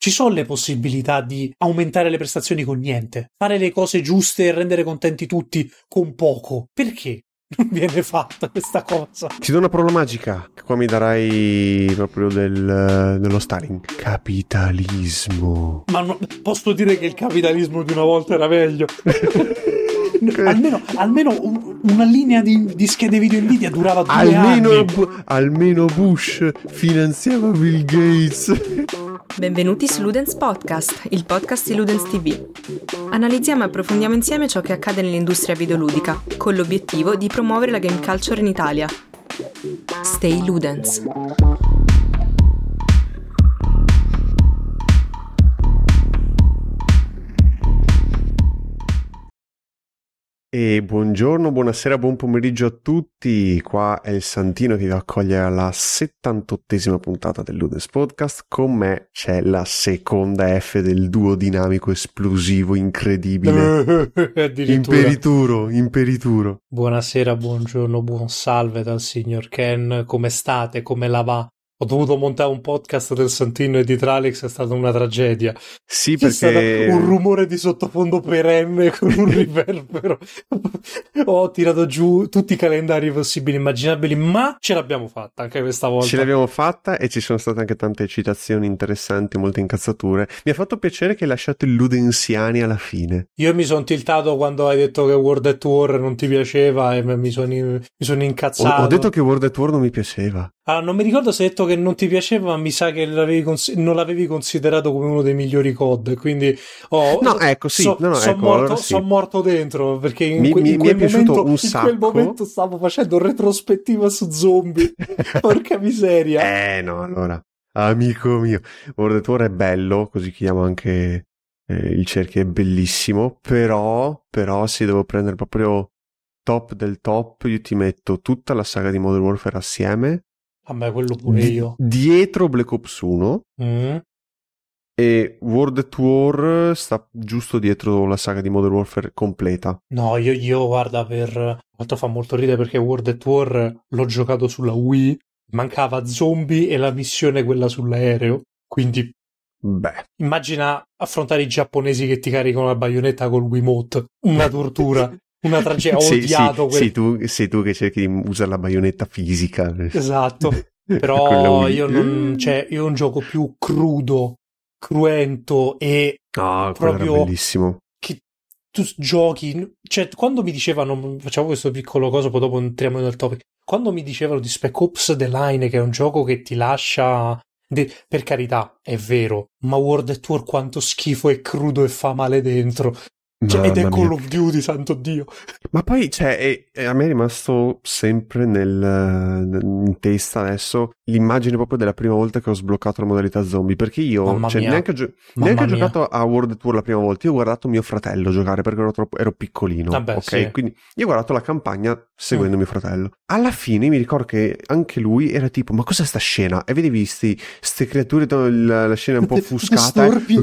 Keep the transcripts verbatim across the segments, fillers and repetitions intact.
ci sono le possibilità di aumentare le prestazioni con niente, fare le cose giuste e rendere contenti tutti con poco. Perché non viene fatta questa cosa? Ti do una parola magica, che qua mi darai proprio del, dello Stalin. Capitalismo. Ma no, posso dire che il capitalismo di una volta era meglio. almeno almeno un, una linea di, di schede video Nvidia durava due almeno, anni. Bu- almeno Bush finanziava Bill Gates. Benvenuti su Ludens Podcast, il podcast di Ludens ti vu. Analizziamo e approfondiamo insieme ciò che accade nell'industria videoludica, con l'obiettivo di promuovere la game culture in Italia. Stay Ludens. E buongiorno, buonasera, buon pomeriggio a tutti. Qua è il Santino che vi accoglie alla settantottesima puntata del Ludens Podcast. Con me c'è la seconda F del duo dinamico esplosivo incredibile. Imperituro, imperituro. Buonasera, buongiorno, buon salve dal signor Ken. Come state? Come la va? Ho dovuto montare un podcast del Santino e di Tralix, è stata una tragedia. Sì, C'è perché stato un rumore di sottofondo perenne con un riverbero. Ho tirato giù tutti i calendari possibili e immaginabili, ma ce l'abbiamo fatta anche questa volta. ce l'abbiamo fatta e ci sono state anche tante citazioni interessanti, molte incazzature. Mi ha fatto piacere che hai lasciato il Ludensiani alla fine. Io mi sono tiltato quando hai detto che World at War non ti piaceva e mi sono, mi sono incazzato. Ho, ho detto che World at War non mi piaceva. Allora, non mi ricordo se hai detto che non ti piaceva, ma mi sa che l'avevi cons- non l'avevi considerato come uno dei migliori C O D, quindi oh, no, ecco, sì, so, no, no, sono ecco, morto, allora sì. son morto dentro, perché in, Mi- que- mi- in mi quel è piaciuto momento, un in sacco. quel momento stavo facendo retrospettiva su zombie. Porca miseria. Eh, no, allora, amico mio, World at War è bello, così chiamo anche eh, il cerchio, è bellissimo, però, però se devo prendere proprio top del top, io ti metto tutta la saga di Modern Warfare assieme, Vabbè, quello pure di- io. dietro Black Ops uno, Mm. e World at War sta giusto dietro la saga di Modern Warfare completa. No, io, io guarda, per... Tra l'altro fa molto ridere perché World at War l'ho giocato sulla Wii, mancava zombie e la missione quella sull'aereo, quindi Beh, immagina affrontare i giapponesi che ti caricano la baionetta col Wiimote, una tortura, una tragedia, ho sì, odiato sì, quel... sei tu, sei tu che cerchi di usare la baionetta fisica. Esatto, Quella però Wii. io non, cioè, io un gioco più crudo, cruento e Ah, quello era proprio bellissimo. che tu giochi, cioè quando mi dicevano, facciamo questo piccolo coso, poi dopo entriamo nel topic, quando mi dicevano di Spec Ops The Line, che è un gioco che ti lascia, de- per carità, è vero, ma World at War quanto schifo e crudo e fa male dentro. Cioè, ed è Mamma Call mia. of Duty, santo Dio. Ma poi, cioè, è- è- a me è rimasto sempre nel, in testa adesso l'immagine proprio della prima volta che ho sbloccato la modalità zombie, perché io, Mamma cioè, mia. neanche, ho gio- Mamma neanche ho mia. giocato a World at War la prima volta, io ho guardato mio fratello giocare perché ero, troppo, ero piccolino, Vabbè, ok? sì. Quindi io ho guardato la campagna seguendo Mm. mio fratello. Alla fine mi ricordo che anche lui era tipo, ma cos'è sta scena? E vedevi sti, ste creature, la, la scena un po' offuscata. Storpi.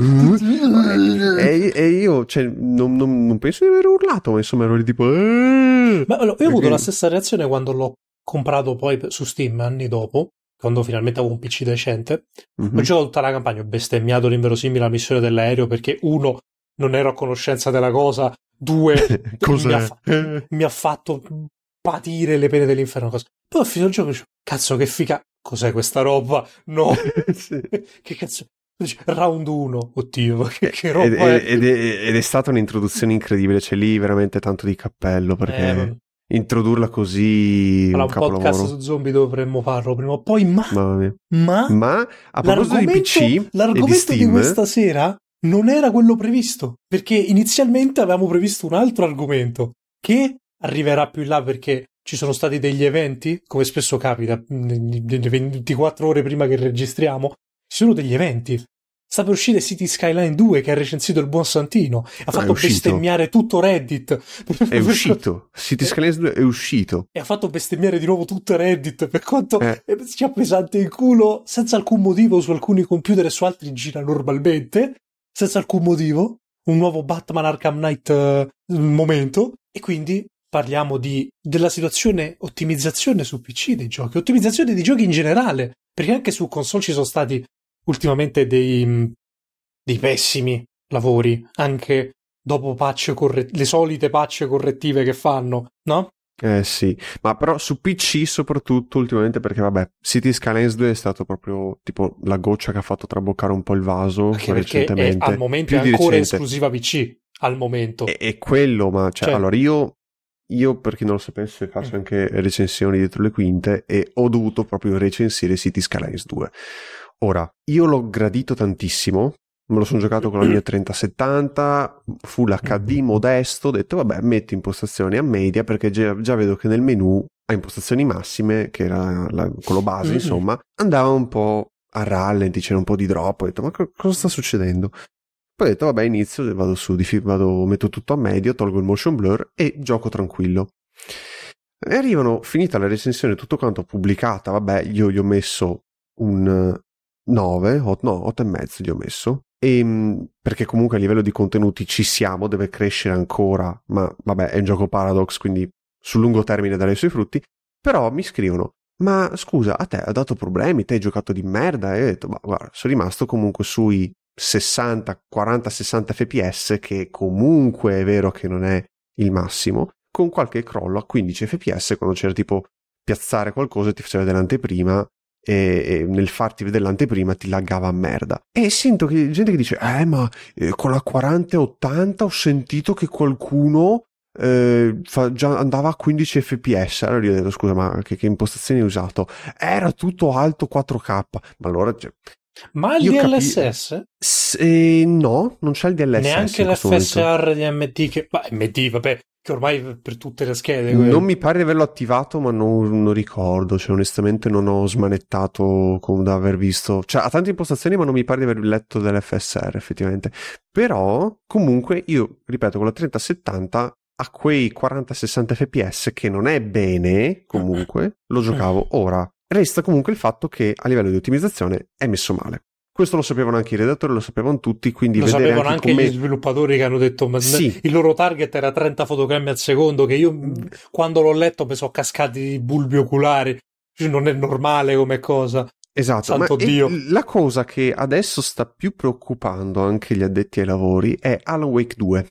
e, e io, cioè, non, non- non penso di aver urlato, ma insomma ero lì tipo... "Eh". Ma allora, io ho avuto Perché- la stessa reazione quando l'ho comprato poi per- su Steam anni dopo, quando finalmente avevo un P C decente. Mhm. Ho giocato tutta la campagna, ho bestemmiato l'inverosimile la missione dell'aereo perché uno, non ero a conoscenza della cosa, due, Cos'è? mi ha, fa- mi ha fatto patire le pene dell'inferno. Cosa. Poi ho finito il gioco e dicevo, cazzo che figa, cos'è questa roba? No, Sì. che cazzo? Dice, round uno, oddio, che, che Ed, roba è? ed- ed è, ed è stata un'introduzione incredibile, c'è lì veramente tanto di cappello, perché Eh, ma- introdurla così allora, un un podcast capolavoro. su zombie dovremmo farlo prima o poi, ma, Mamma mia. ma, Ma a proposito di P C e di l'argomento di, Steam, questa sera non era quello previsto, perché inizialmente avevamo previsto un altro argomento che arriverà più in là perché ci sono stati degli eventi, come spesso capita, nelle ventiquattro ore prima che registriamo, ci sono degli eventi. Sta per uscire City Skyline due che ha recensito il buon Santino, ha è fatto uscito. bestemmiare tutto Reddit. è uscito. City Skylines due è uscito. E ha fatto bestemmiare di nuovo tutto Reddit per quanto Eh. ci ha pesante il culo senza alcun motivo. Su alcuni computer e su altri gira normalmente senza alcun motivo. Un nuovo Batman Arkham Knight uh, momento, e quindi parliamo di della situazione ottimizzazione su P C dei giochi, ottimizzazione di giochi in generale, perché anche su console ci sono stati ultimamente dei dei pessimi lavori, anche dopo patch corret- le solite patch correttive che fanno, no? Eh sì, ma però su P C soprattutto ultimamente, perché vabbè, Cities Skylines due è stato proprio tipo la goccia che ha fatto traboccare un po' il vaso. Anche perché è, recentemente. al momento Più è di ancora recente. esclusiva P C, al momento. È, è quello, ma cioè, Cioè- allora io, io per chi non lo sapesse faccio Mm. anche recensioni dietro le quinte e ho dovuto proprio recensire Cities Skylines due. Ora, io l'ho gradito tantissimo. Me lo sono giocato con la mia trenta settanta, Full H D modesto, ho detto vabbè metti impostazioni a media perché già, già vedo che nel menu a impostazioni massime, che era la, quello base Mm-mm. insomma, andava un po' a rallenti, c'era un po' di drop, ho detto ma co- cosa sta succedendo? Poi ho detto vabbè inizio, vado su, vado, metto tutto a medio, tolgo il motion blur e gioco tranquillo. E arrivano, finita la recensione, tutto quanto pubblicata, vabbè io gli ho messo un nove, no, otto e mezzo gli ho messo. E, perché comunque a livello di contenuti ci siamo, deve crescere ancora, ma vabbè è un gioco Paradox, quindi sul lungo termine darà i suoi frutti. Però mi scrivono, ma scusa, a te ha dato problemi, te hai giocato di merda? E ho detto, ma guarda, sono rimasto comunque sui sessanta, quaranta, sessanta F P S, che comunque è vero che non è il massimo, con qualche crollo a quindici F P S quando c'era tipo piazzare qualcosa e ti faceva vedere l'anteprima, e, e nel farti vedere l'anteprima ti laggava a merda. E sento che gente che dice eh ma eh, con la quaranta e ottanta ho sentito che qualcuno eh, fa, già andava a quindici F P S. Allora io ho detto scusa ma che, che impostazioni hai usato? Era tutto alto quattro K. Ma allora cioè, Ma il io D L S S? capi- Se, no, non c'è il D L S S. Neanche in questo l'F S momento. R di M D che... Ma M D, vabbè, che ormai per tutte le schede... Non mi pare di averlo attivato, ma non, non ricordo. Cioè, onestamente, non ho smanettato come da aver visto. Cioè, ha tante impostazioni, ma non mi pare di aver letto dell'F S R, effettivamente. Però, comunque, io, ripeto, con la trenta settanta, a quei quaranta sessanta F P S, che non è bene, comunque, lo giocavo. Ora, resta comunque il fatto che a livello di ottimizzazione è messo male. Questo lo sapevano anche i redattori, lo sapevano tutti, quindi Lo vedere sapevano anche, anche come... gli sviluppatori che hanno detto ma Sì. il loro target era trenta fotogrammi al secondo, che io quando l'ho letto mi sono cascati di bulbi oculari. Non è normale come cosa. Esatto, Santo ma Dio. la cosa che adesso sta più preoccupando anche gli addetti ai lavori è Alan Wake due.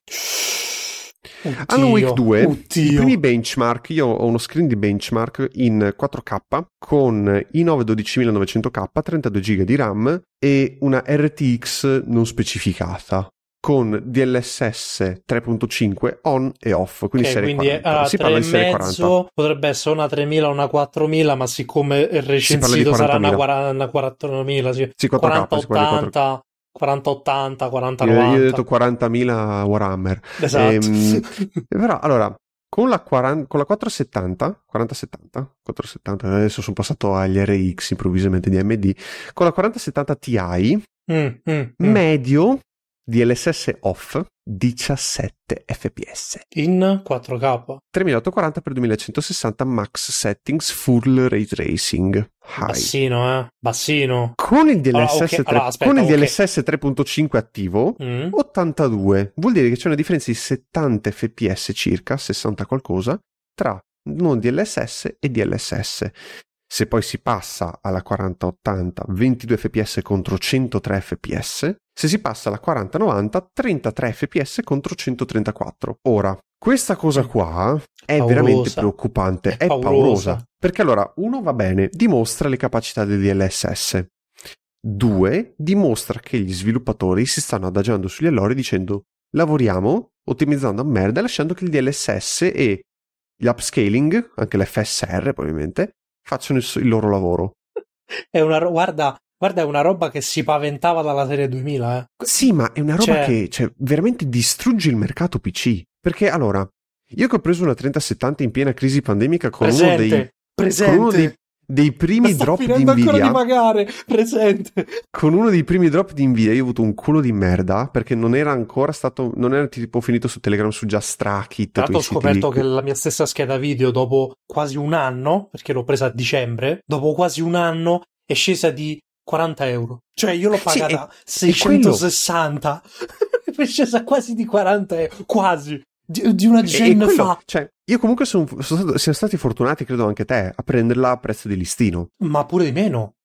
Oddio, Alan Wake due, oddio. i primi benchmark, io ho uno screen di benchmark in quattro K con i nove dodicimilanovecento K, trentadue giga di RAM e una R T X non specificata con D L S S tre punto cinque on e off, quindi Ok, serie quindi quaranta. allora, Si parla di serie tre e quaranta. mezzo potrebbe essere una tremila o una quattromila, ma siccome è recensito sarà una, quaranta, una quarantamila, sì. Sì, quattro K, si parla di quattro K. quaranta ottanta, quaranta Io, novanta. io ho detto quarantamila Warhammer. Esatto. Ehm, però, allora, con la, quaranta, con la quattrocentosettanta, quaranta settanta, quattrocentosettanta, adesso sono passato agli R X improvvisamente di A M D, con la quaranta settanta Ti, mm, mm, mm. medio, D L S S off, diciassette F P S. In quattro K. tremilaottocentoquaranta per duemilacentosessanta max settings full ray tracing. High. Bassino, eh? Bassino. Con il D L S S, Allora, okay, tre, allora, aspetta, con il okay. D L S S tre punto cinque attivo, Mm. ottantadue. Vuol dire che c'è una differenza di settanta F P S circa, sessanta qualcosa, tra non D L S S e D L S S. Se poi si passa alla quaranta ottanta, ventidue F P S contro centotré F P S. Se si passa alla quaranta novanta, trentatré F P S contro centotrentaquattro. Ora, questa cosa qua è Paurosa. veramente preoccupante, è, È paurosa. paurosa. Perché allora, uno va bene, dimostra le capacità del D L S S. Due, dimostra che gli sviluppatori si stanno adagiando sugli allori dicendo lavoriamo, ottimizzando a merda, lasciando che il D L S S e l'upscaling, anche l'F S R probabilmente, facciano il, il loro lavoro. È una ro- guarda, guarda, è una roba che si paventava dalla serie duemila, eh. Sì, ma è una roba Cioè- che cioè, veramente distrugge il mercato P C. Perché allora, io che ho preso una trenta settanta in piena crisi pandemica con Presente, uno dei, presente. con uno dei, dei primi Sto drop di finendo ancora Nvidia, di pagare, presente. con uno dei primi drop di Nvidia io ho avuto un culo di merda perché non era ancora stato, non era tipo finito su Telegram, su Justrakit. Tra l'altro ho quei siti scoperto lì. che la mia stessa scheda video dopo quasi un anno, perché l'ho presa a dicembre, dopo quasi un anno è scesa di quaranta euro. Cioè io l'ho Sì, pagata è- seicentosessanta, è scesa quasi di quaranta euro, quasi, di, di una E- gen e quello, fa. cioè, io comunque sono, sono stato, siamo stati fortunati, credo anche te, a prenderla a prezzo di listino. Ma pure di meno,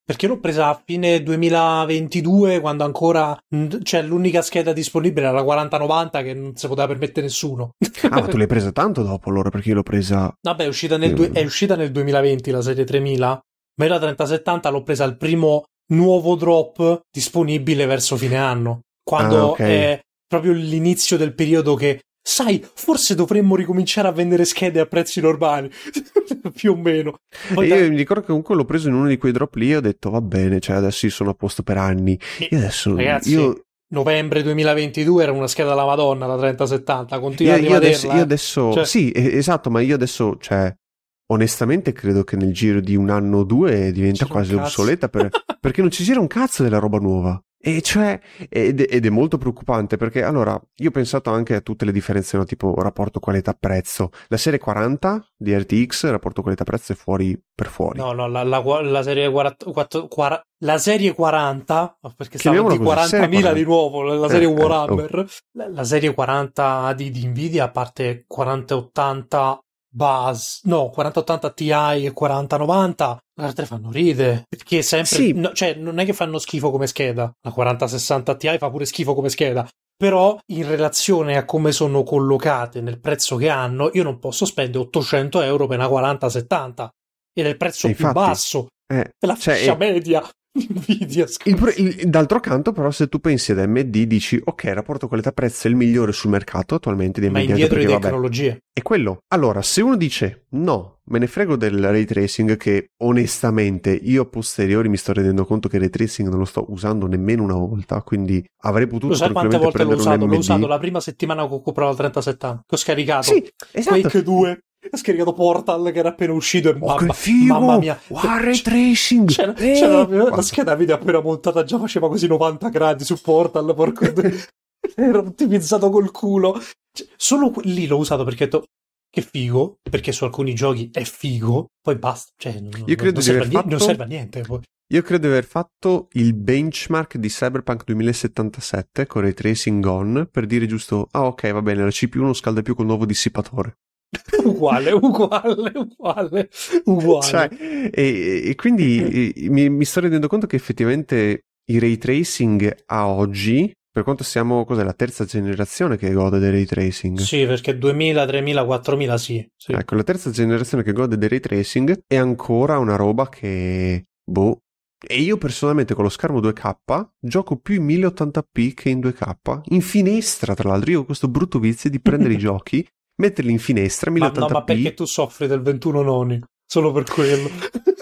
perché l'ho presa a fine duemilaventidue, quando ancora cioè l'unica scheda disponibile era la quaranta novanta, che non si poteva permettere nessuno. Ah, ma tu l'hai presa tanto dopo allora, perché io l'ho presa... Vabbè, è uscita nel, due, è uscita nel duemilaventi la serie tremila, ma io la trenta settanta l'ho presa al primo nuovo drop disponibile verso fine anno, quando ah, okay. è proprio l'inizio del periodo che, sai, forse dovremmo ricominciare a vendere schede a prezzi normali, più o meno. Poi io da... mi ricordo che comunque l'ho preso in uno di quei drop lì e ho detto va bene, cioè adesso io sono a posto per anni. Io adesso... Ragazzi, io... novembre duemilaventidue era una scheda alla Madonna, la trenta settanta, continua io, a io adesso, rimaderla, io eh. adesso Cioè... sì, esatto, ma io adesso, cioè, onestamente credo che nel giro di un anno o due diventa C'era quasi un cazzo. obsoleta per, perché non ci gira un cazzo della roba nuova. E cioè, ed, ed è molto preoccupante perché allora io ho pensato anche a tutte le differenze, no? Tipo rapporto qualità-prezzo. La serie quaranta di R T X, rapporto qualità-prezzo è fuori per fuori. No, no, la, la, la serie quaranta, quattro, quaranta, la serie quaranta, perché stava di Chiamiamola così, quarantamila di nuovo, la serie Eh, eh, Warhammer. oh. La, la serie quaranta di, di Nvidia, a parte quaranta ottanta Buzz, no, quaranta ottanta Ti e quaranta novanta, le altre fanno ride, perché sempre, Sì. no, cioè non è che fanno schifo come scheda, la quaranta sessanta Ti fa pure schifo come scheda, però in relazione a come sono collocate nel prezzo che hanno, io non posso spendere ottocento euro per una quaranta settanta, ed è il prezzo E più infatti, basso, eh, è la cioè, fascia è- media. Nvidia, Il, il, d'altro canto, però, se tu pensi ad A M D, dici ok, il rapporto qualità-prezzo è il migliore sul mercato attualmente di ma Nvidia, indietro di perché, vabbè, tecnologie. è quello. Allora, se uno dice no, me ne frego del ray tracing, che onestamente io a posteriori mi sto rendendo conto che il ray tracing non lo sto usando nemmeno una volta, quindi avrei potuto Lo sai quante tranquillamente volte l'ho prendere usato? un L'ho A M D. usato la prima settimana che ho comprato la trenta settanta, che ho scaricato Sì, esatto. Quake due, ho scaricato Portal che era appena uscito e Oh, mamma, che figo! mamma mia, Wow, ray tracing! c'era, Eh, c'era la, la guarda. scheda video appena montata, già faceva così novanta gradi su Portal, porco Dio. Era ottimizzato col culo. Cioè, solo que- lì l'ho usato perché ho detto che figo, perché su alcuni giochi è figo, poi basta, cioè non, Io credo non, di serve, aver a niente, fatto- non serve a niente poi. Io credo di aver fatto il benchmark di Cyberpunk duemilasettantasette con Ray Tracing on, per dire giusto, ah ok, va bene, la C P U non scalda più col nuovo dissipatore. uguale, uguale, uguale, uguale. Cioè, e, e quindi e, mi, mi sto rendendo conto che effettivamente il ray tracing a oggi, per quanto siamo, cos'è, la terza generazione che gode del ray tracing? Sì, perché duemila, tremila, quattromila sì, sì. Ecco, la terza generazione che gode del ray tracing è ancora una roba che, boh, e io personalmente con lo schermo due K gioco più in mille ottanta p che in due K, in finestra tra l'altro. Io ho questo brutto vizio di prendere i giochi, metterli in finestra Ma, mille no, ottanta p. ma perché tu soffri del ventuno noni? Solo per quello.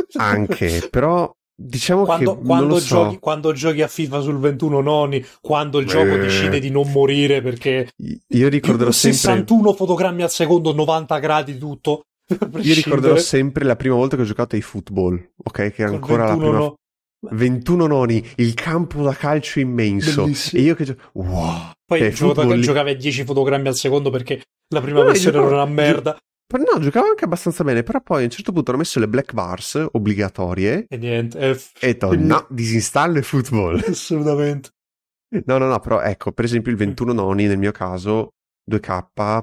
Anche, però diciamo quando, che quando non lo so. giochi, quando giochi a FIFA sul ventuno noni, quando il gioco Eh. decide di non morire perché Io ricorderò sempre sessantuno fotogrammi al secondo, novanta gradi tutto. Io ricorderò sempre la prima volta che ho giocato ai football, ok? Che era ancora la prima no. ventuno noni, il campo da calcio immenso. Bellissimo. E io che gio- wow. Poi Cioè, gioca- football lì- giocavi a dieci fotogrammi al secondo perché la prima No, io versione giocavo- era una merda. Però no, giocavo anche abbastanza bene, però poi a un certo punto hanno messo le black bars obbligatorie E niente. eh, e ho detto no, disinstallo il football. Assolutamente. No, no, no, però ecco, per esempio il ventuno noni nel mio caso, due K,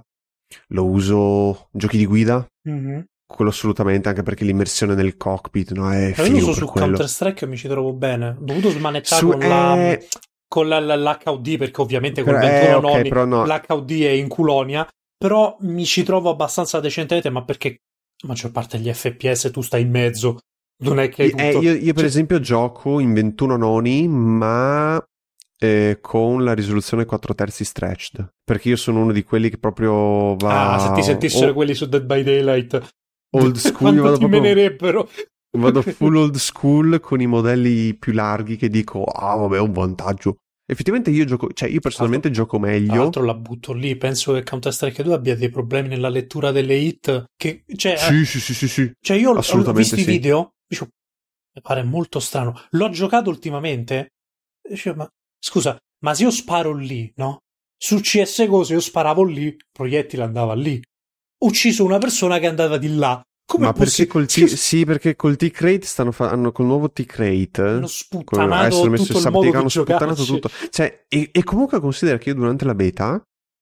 lo uso giochi di guida, Mhm. quello assolutamente, anche perché l'immersione nel cockpit, no, è Ma io lo figo uso per su quello. Counter Strike e mi ci trovo bene. Ho dovuto smanettare Su- con la eh, con la- la- l'H U D perché ovviamente con Però- il ventuno eh, ok, noni però no. l'H U D è in culonia, però mi ci trovo abbastanza decentemente, ma perché la maggior parte degli F P S tu stai in mezzo, non è che hai Eh, tutto. io, io per Cioè, esempio gioco in ventuno noni, ma eh, con la risoluzione quattro terzi stretched, perché io sono uno di quelli che proprio va ah, se ti sentissero o- quelli su Dead by Daylight old school, io quanto vado ti proprio- menerebbero. vado full old school con i modelli più larghi che dico ah vabbè, è un vantaggio. Effettivamente io gioco, cioè io personalmente gioco Tra meglio. l'altro la butto lì, penso che Counter Strike due abbia dei problemi nella lettura delle hit che, cioè, Sì, sì, sì, sì, sì. cioè io ho- ho assolutamente visto sì. i video, dicevo, mi pare molto strano. L'ho giocato ultimamente, e dicevo, ma scusa, ma se io sparo lì, no? Su C S G O se io sparavo lì, il proiettile andava lì. Ho ucciso una persona che andava di là. Come Ma è perché possibile? col T- sì, perché col T-Crate stanno fa- hanno col nuovo T-Crate Hanno con- sputtanato adesso hanno messo tutto il subtick, modo di hanno sputtanato giocarci. tutto. Cioè, e, e comunque considera che io durante la beta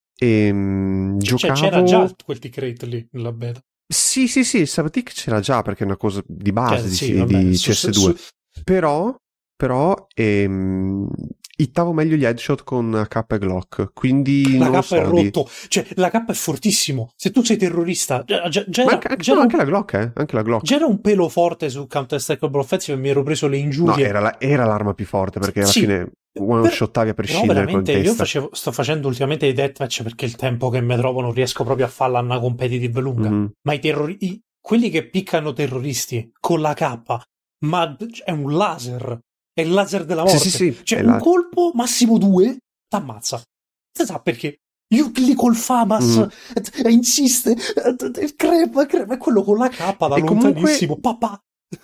ehm, Cioè, giocavo. c'era già quel T-Crate lì nella beta. Sì, sì, sì, il subtick c'era già perché è una cosa di base Cioè, di, sì, di vabbè, C su- S due. su- Però, però ehm, hittavo meglio gli headshot con K e Glock, quindi la non K so, è di... rotto, cioè la K è fortissimo. Se tu sei terrorista, già, già, già Ma era, anche, anche, già no, era anche un, la Glock, eh? Anche la Glock. già era un pelo forte su Counter-Strike Global Offensive e mi ero preso le No, ingiurie. era, la- era l'arma più forte, perché alla Sì, fine one per- shottavi a però prescindere con veramente io testa. facevo, sto facendo ultimamente i deathmatch perché il tempo che mi trovo non riesco proprio a farla una competitive lunga. Mhm. Ma i terrori, i- quelli che piccano terroristi con la K, ma è un laser, è il laser della Sì, morte. sì, sì, Cioè è un la- colpo, massimo due, t'ammazza. Si sa perché? Io lì col FAMAS Mhm. e insiste, eh, crema, crema, e quello con la K da E comunque- lontanissimo, papà.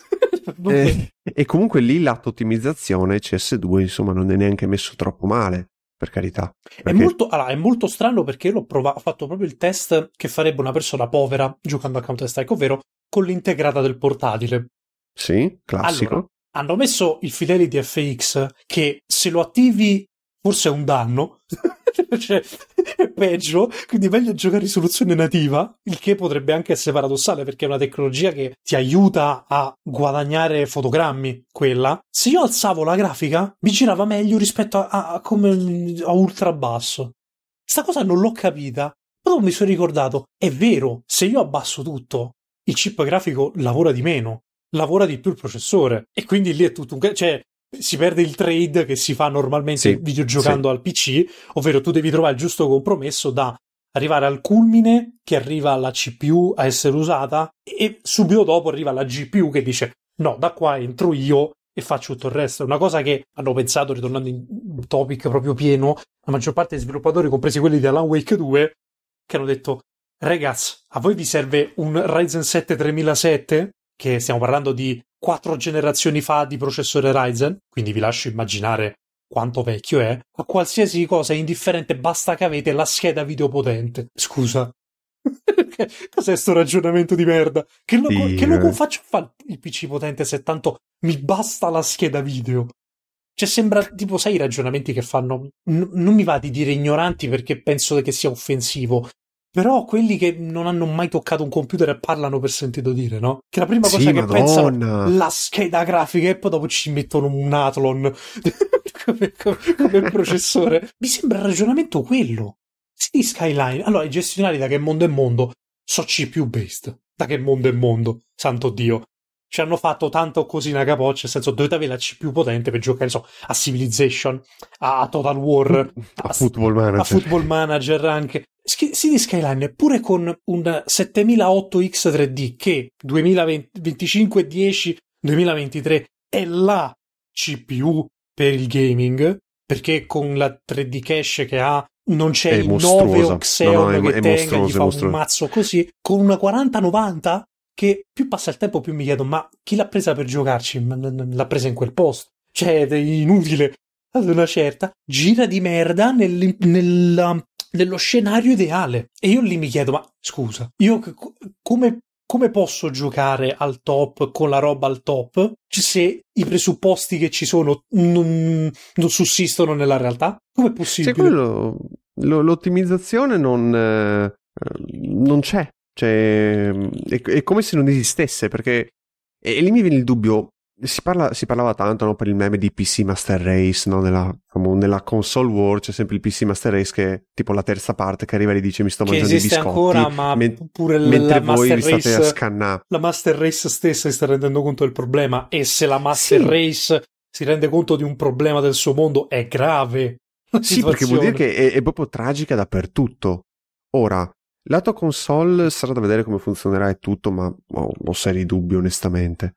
Non Eh, e comunque lì lato ottimizzazione C S due, insomma, non è neanche messo troppo male, per carità. È Perché- molto, allora, è molto strano perché io l'ho provato, ho fatto proprio il test che farebbe una persona povera giocando a Counter-Strike, ovvero con l'integrata del portatile. Sì, classico. Allora, hanno messo il Fidelity F X che se lo attivi forse è un danno, cioè è peggio, quindi meglio giocare risoluzione nativa, il che potrebbe anche essere paradossale perché è una tecnologia che ti aiuta a guadagnare fotogrammi, quella. Se io alzavo la grafica mi girava meglio rispetto a, a come a ultra basso. Sta cosa non l'ho capita, poi dopo mi sono ricordato, è vero, se io abbasso tutto, il chip grafico lavora di meno, lavora di più il processore, e quindi lì è tutto un... cioè si perde il trade che si fa normalmente Sì, videogiocando al P C, ovvero tu devi trovare il giusto compromesso da arrivare al culmine che arriva alla C P U a essere usata e subito dopo arriva la G P U che dice no, da qua entro io e faccio tutto il resto. È una cosa che hanno pensato, ritornando in topic proprio pieno, la maggior parte dei sviluppatori, compresi quelli di Alan Wake due, che hanno detto ragazzi, a voi vi serve un Ryzen sette tremilasette, che stiamo parlando di quattro generazioni fa di processore Ryzen, quindi vi lascio immaginare quanto vecchio è. A qualsiasi cosa è indifferente, basta che avete la scheda video potente. Scusa. Cos'è sto ragionamento di merda? Che lo, Sì, che lo eh. faccio fare il P C potente se tanto mi basta la scheda video? Cioè sembra tipo, sai, i ragionamenti che fanno... N- non mi va di dire ignoranti perché penso che sia offensivo, però quelli che non hanno mai toccato un computer e parlano per sentito dire, no? Che la prima Sì, cosa che Madonna. pensano la scheda grafica e poi dopo ci mettono un Athlon come, come, come processore. Mi sembra il ragionamento quello. Sì, di Skyline. Allora, i gestionali da che mondo è mondo so C P U based. Da che mondo è mondo, santo Dio. Ci hanno fatto tanto così una capoccia, nel senso dovete avere la C P U potente per giocare, so, a Civilization, a Total War, A Football Manager. a Football Manager anche. Sch- sì, di Skyline, pure con un settemilaotto X tre D che duemilaventicinque dieci duemilaventitré è la C P U per il gaming, perché con la tre D cache che ha non c'è È il mostruosa. nove o Xeon No, no, è- che è tenga, mostruoso, gli è fa un mostruoso. mazzo così, con una quaranta novanta che più passa il tempo più mi chiedo, ma chi l'ha presa per giocarci? Ma n- n- l'ha presa in quel posto? Cioè, è inutile. Ad una certa, gira di merda nel, nella- nello scenario ideale. E io lì mi chiedo, ma scusa, io c- come, come posso giocare al top con la roba al top se i presupposti che ci sono non, non sussistono nella realtà? Com'è Sì, possibile? quello, lo- l'ottimizzazione non, eh, non c'è. Cioè, è, è come se non esistesse, perché e, e lì mi viene il dubbio. Si, parla, si parlava tanto, no, per il meme di P C Master Race, no, nella, nella console war c'è sempre il P C Master Race che è tipo la terza parte che arriva e gli dice mi sto Che mangiando i esiste biscotti, ancora, ma men- pure l- mentre la voi Master vi state a Race, scannare. la Master Race stessa si sta rendendo conto del problema, e se la Master Sì. Race si rende conto di un problema del suo mondo è grave. la Sì, perché vuol dire situazione. che è, è proprio tragica dappertutto. Ora, lato console sarà da vedere come funzionerà e tutto, ma ho, ho seri dubbi onestamente.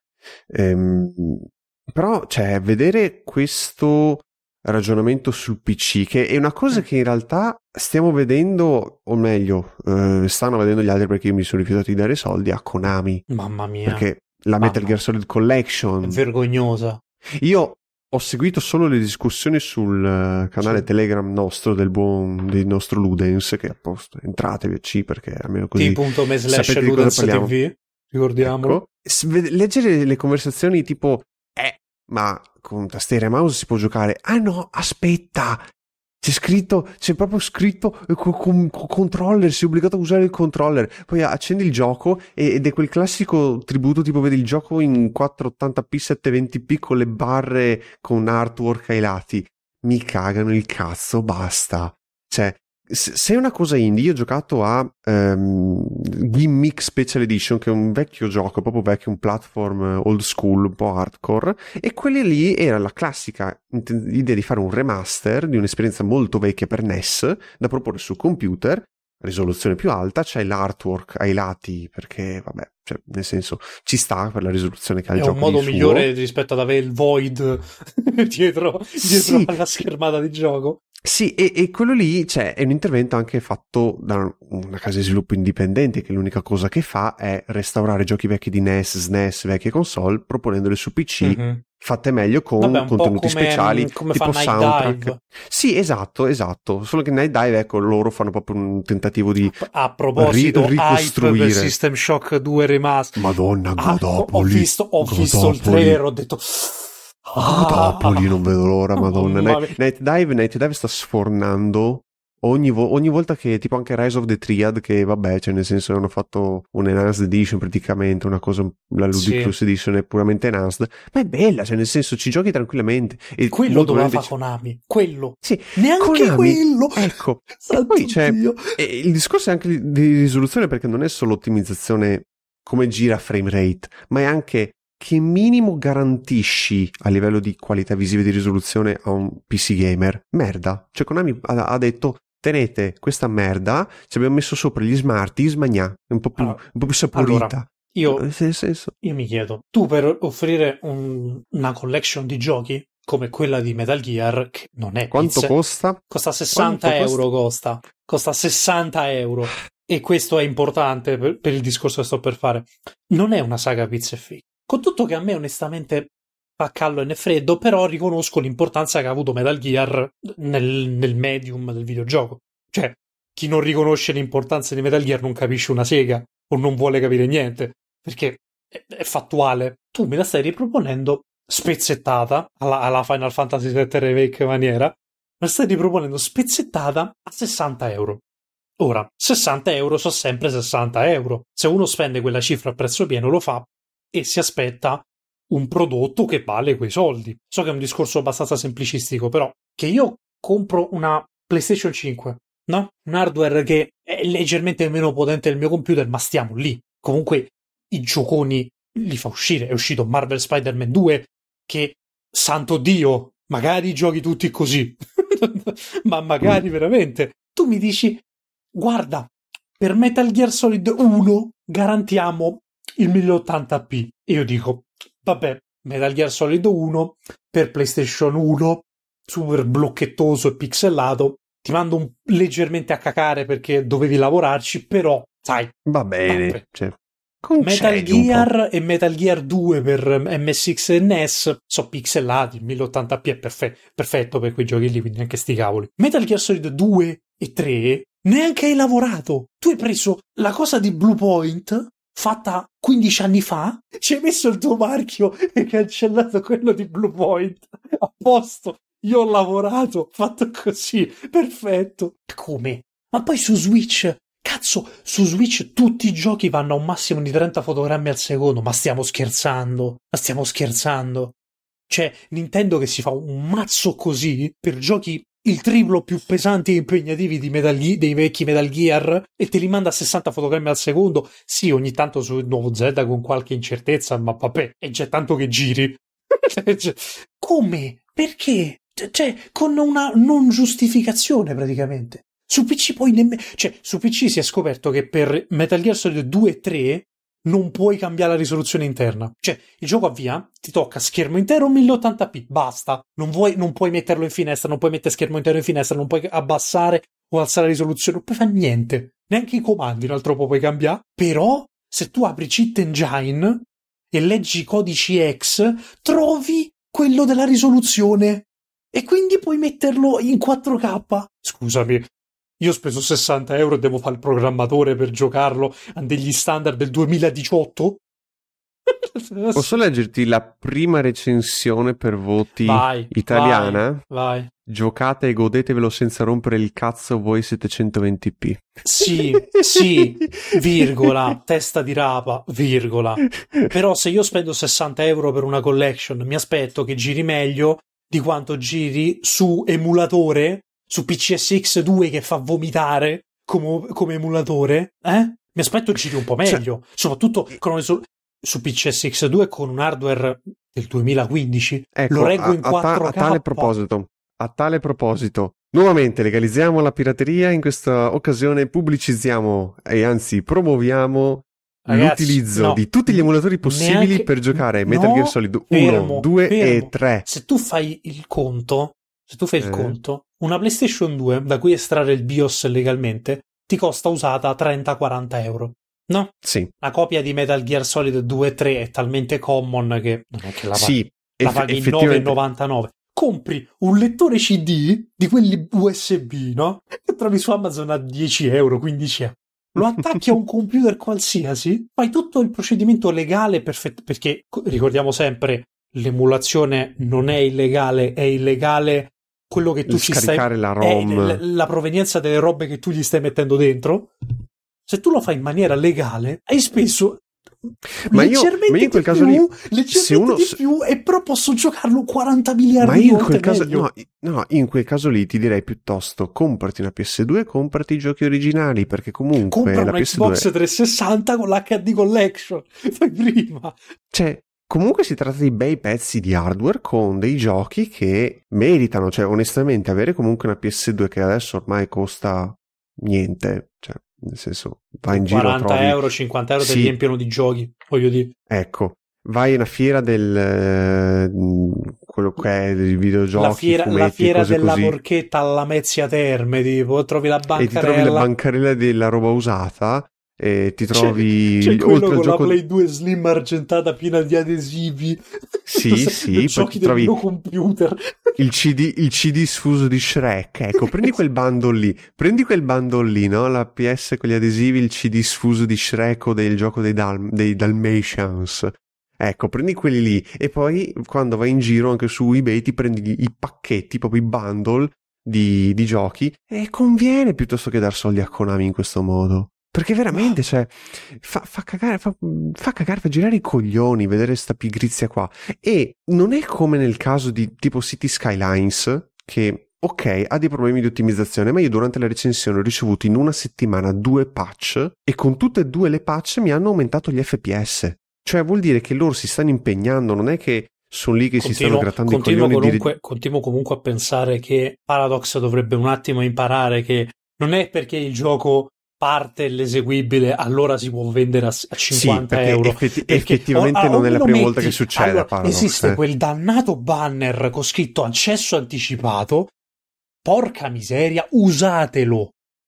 Ehm, però, cioè, vedere questo ragionamento sul P C, che è una cosa che in realtà stiamo vedendo, o meglio, eh, stanno vedendo gli altri perché io mi sono rifiutato di dare soldi a Konami. Mamma mia, Perché la Mamma. Metal Gear Solid Collection... è vergognosa. Io ho seguito solo le discussioni sul eh, canale Sì. Telegram nostro del buon del nostro Ludens, che apposta entratevi a C perché almeno così T.me slash sapete di cosa Ludens parliamo. T V, ricordiamolo. Ecco, S- ved- leggere le conversazioni tipo eh ma con tastiera e mouse si può giocare, ah no aspetta, C'è scritto, c'è proprio scritto con, con, con controller, sei obbligato a usare il controller. Poi accendi il gioco ed è quel classico tributo tipo vedi il gioco in quattrocentottanta p, settecentoventi p con le barre con artwork ai lati. Mi cagano il cazzo, basta. Cioè, se è una cosa indie, io ho giocato a um, Gimmick Special Edition, che è un vecchio gioco, proprio vecchio, un platform old school, un po' hardcore, e quelli lì era la classica idea di fare un remaster di un'esperienza molto vecchia per N E S, da proporre su computer, risoluzione più alta, c'è l'artwork ai lati, perché vabbè, cioè, nel senso, ci sta per la risoluzione che ha il è gioco. È un modo di migliore suo. rispetto ad avere il void dietro, dietro sì. alla schermata di gioco. Sì, e, e quello lì, cioè, è un intervento anche fatto da una casa di sviluppo indipendente che l'unica cosa che fa è restaurare giochi vecchi di N E S, S N E S, vecchie console, proponendoli su P C, mm-hmm. fatte meglio con Vabbè, un contenuti po' come, speciali, come tipo fa soundtrack. Dive. Sì, esatto, esatto. Solo che Night Dive, ecco, loro fanno proprio un tentativo di a proposito, ri- ricostruire. hype per System Shock due Remaster. Madonna, Godopoli. Ah, ho visto, ho Godopoli. visto il trailer, ho detto... Godopoli, non vedo l'ora, madonna. Oh, Night, Night Dive, Night Dive sta sfornando ogni, vo- ogni volta che, tipo anche Rise of the Triad, che vabbè, cioè nel senso hanno fatto un enhanced edition praticamente, una cosa, la Ludicrous sì. Edition è puramente enhanced, ma è bella, cioè nel senso ci giochi tranquillamente. E quello doveva fare Konami, quello. Sì, neanche Konami, quello. Ecco. E poi c'è, e il discorso è anche di, di risoluzione, perché non è solo ottimizzazione come gira frame rate, ma è anche che minimo garantisci a livello di qualità visiva e di risoluzione a un P C gamer? Merda. Cioè Konami ha, ha detto tenete questa merda, ci abbiamo messo sopra gli Smarties, magna, un po' più, allora, un po' più saporita. Allora, io, nel senso. io mi chiedo, tu per offrire un, una collection di giochi come quella di Metal Gear, che non è quanto pizze, costa? Costa sessanta quanto euro, costa? costa. Costa sessanta euro. E questo è importante per, per il discorso che sto per fare. Non è una saga pizza e figa. Con tutto che a me onestamente fa callo e ne freddo, però riconosco l'importanza che ha avuto Metal Gear nel, nel medium del videogioco. Cioè, chi non riconosce l'importanza di Metal Gear non capisce una sega o non vuole capire niente, perché è, è fattuale. Tu me la stai riproponendo spezzettata, alla, alla Final Fantasy sette Remake maniera, me la stai riproponendo spezzettata a sessanta euro. Ora, sessanta euro sono sempre sessanta euro. Se uno spende quella cifra a prezzo pieno lo fa e si aspetta un prodotto che vale quei soldi. So che è un discorso abbastanza semplicistico, però che io compro una PlayStation cinque, no? Un hardware che è leggermente meno potente del mio computer, ma stiamo lì. Comunque i gioconi li fa uscire. È uscito Marvel Spider-Man due, che, santo Dio, magari giochi tutti così. Ma magari veramente. Tu mi dici, guarda, per Metal Gear Solid uno garantiamo il mille ottanta p. E io dico, vabbè, Metal Gear Solid uno per PlayStation uno, super blocchettoso e pixelato, ti mando un, leggermente a cacare perché dovevi lavorarci, però, sai, va bene, cioè, Metal Gear e Metal Gear due per M S X e N E S sono pixelati, il mille ottanta p è perfe- perfetto per quei giochi lì, quindi neanche sti cavoli. Metal Gear Solid due e tre neanche hai lavorato. Tu hai preso la cosa di Bluepoint fatta quindici anni fa, ci hai messo il tuo marchio e cancellato quello di Bluepoint. A posto, io ho lavorato, fatto così, perfetto. Come? Ma poi su Switch, cazzo, su Switch tutti i giochi vanno a un massimo di trenta fotogrammi al secondo, ma stiamo scherzando? Ma stiamo scherzando? Cioè, Nintendo che si fa un mazzo così per giochi il triplo più pesanti e impegnativi di Metal Gear, dei vecchi Metal Gear, e te li manda a sessanta fotogrammi al secondo. Sì, ogni tanto sul nuovo Zelda con qualche incertezza, ma vabbè, e c'è tanto che giri. Come? Perché? Cioè, con una non giustificazione praticamente. Su P C poi nemmeno... Cioè, su P C si è scoperto che per Metal Gear Solid due e tre non puoi cambiare la risoluzione interna. Cioè, il gioco avvia, ti tocca schermo intero mille ottanta p, basta. Non vuoi, non puoi metterlo in finestra, non puoi mettere schermo intero in finestra, non puoi abbassare o alzare la risoluzione, non puoi fare niente. Neanche i comandi, un altro po' puoi cambiare. Però, se tu apri Cheat Engine e leggi i codici X, trovi quello della risoluzione. E quindi puoi metterlo in quattro K. Scusami. Io ho speso sessanta euro e devo fare il programmatore per giocarlo a degli standard del duemiladiciotto? Posso leggerti la prima recensione per voti vai, italiana? Vai, vai. Giocate e godetevelo senza rompere il cazzo voi settecentoventi p. Sì, sì, virgola, testa di rapa, virgola. Però se io spendo sessanta euro per una collection, mi aspetto che giri meglio di quanto giri su emulatore, su P C S X due che fa vomitare come, come emulatore, eh? Mi aspetto giri un po' meglio, cioè, soprattutto con, su, su P C S X due con un hardware del duemilaquindici. Ecco, lo reggo in a, quattro K. A tale proposito, a tale proposito, nuovamente legalizziamo la pirateria, in questa occasione pubblicizziamo e anzi promuoviamo Ragazzi, l'utilizzo no, di tutti gli emulatori possibili neanche, per giocare no, Metal Gear Solid fermo, uno, due fermo. e tre. Se tu fai il conto, se tu fai il eh. conto, una PlayStation due da cui estrarre il BIOS legalmente ti costa usata trenta quaranta euro. No? Sì. La copia di Metal Gear Solid due e tre è talmente common che non è che la paghi, sì, la eff- paghi in nove virgola novantanove. Compri un lettore C D di quelli U S B, no? Che trovi su Amazon a dieci euro, quindici euro. Lo attacchi a un computer qualsiasi, fai tutto il procedimento legale perfetto, perché ricordiamo sempre, l'emulazione non è illegale, è illegale quello che tu ci stai... Scaricare la ROM. È la provenienza delle robe che tu gli stai mettendo dentro. Se tu lo fai in maniera legale, hai speso ma leggermente io, ma io in quel di caso più, lì, leggermente se uno, di più, e però posso giocarlo quaranta miliardi ma io di in volte quel caso, meglio. no, no, in quel caso lì ti direi piuttosto comprati una P S due, comprati i giochi originali, perché comunque compra la una P S due Xbox trecentosessanta con l'H D Collection, fai prima. Cioè, comunque si tratta di bei pezzi di hardware con dei giochi che meritano, cioè onestamente avere comunque una P S due che adesso ormai costa niente, cioè nel senso vai in giro quaranta trovi... euro, cinquanta euro sì. ti riempiono di giochi, voglio dire. Ecco, vai in una fiera del eh, quello che è dei videogiochi, la fiera, fumetti, la fiera della così. porchetta alla Mezzia Terme, tipo, trovi la bancarella. E ti trovi le bancarelle della roba usata e ti trovi c'è, c'è quello oltre con al gioco... la Play due Slim argentata piena di adesivi. Sì, sì, poi ti trovi del mio computer. Il C D, il C D sfuso di Shrek, ecco, prendi quel bundle lì, prendi quel bundle lì, no? La P S con gli adesivi, il C D sfuso di Shrek o del gioco dei, Dal- dei Dalmatians. Ecco, prendi quelli lì e poi quando vai in giro anche su eBay ti prendi i pacchetti, proprio i bundle di, di giochi, e conviene piuttosto che dar soldi a Konami in questo modo. Perché veramente, cioè, fa, fa cagare, fa, fa cagare, fa girare i coglioni vedere sta pigrizia qua. E non è come nel caso di tipo City Skylines, che, ok, ha dei problemi di ottimizzazione, ma io durante la recensione ho ricevuto in una settimana due patch, e con tutte e due le patch mi hanno aumentato gli F P S. Cioè, vuol dire che loro si stanno impegnando, non è che sono lì che continuo, si stanno grattando i coglioni. Comunque, di... Continuo comunque a pensare che Paradox dovrebbe un attimo imparare che non è perché il gioco parte l'eseguibile allora si può vendere a cinquanta sì, euro, effetti, perché effettivamente o, non è la prima metti, volta che succede. Allora, Paradox, esiste eh. quel dannato banner con scritto accesso anticipato, porca miseria, usatelo.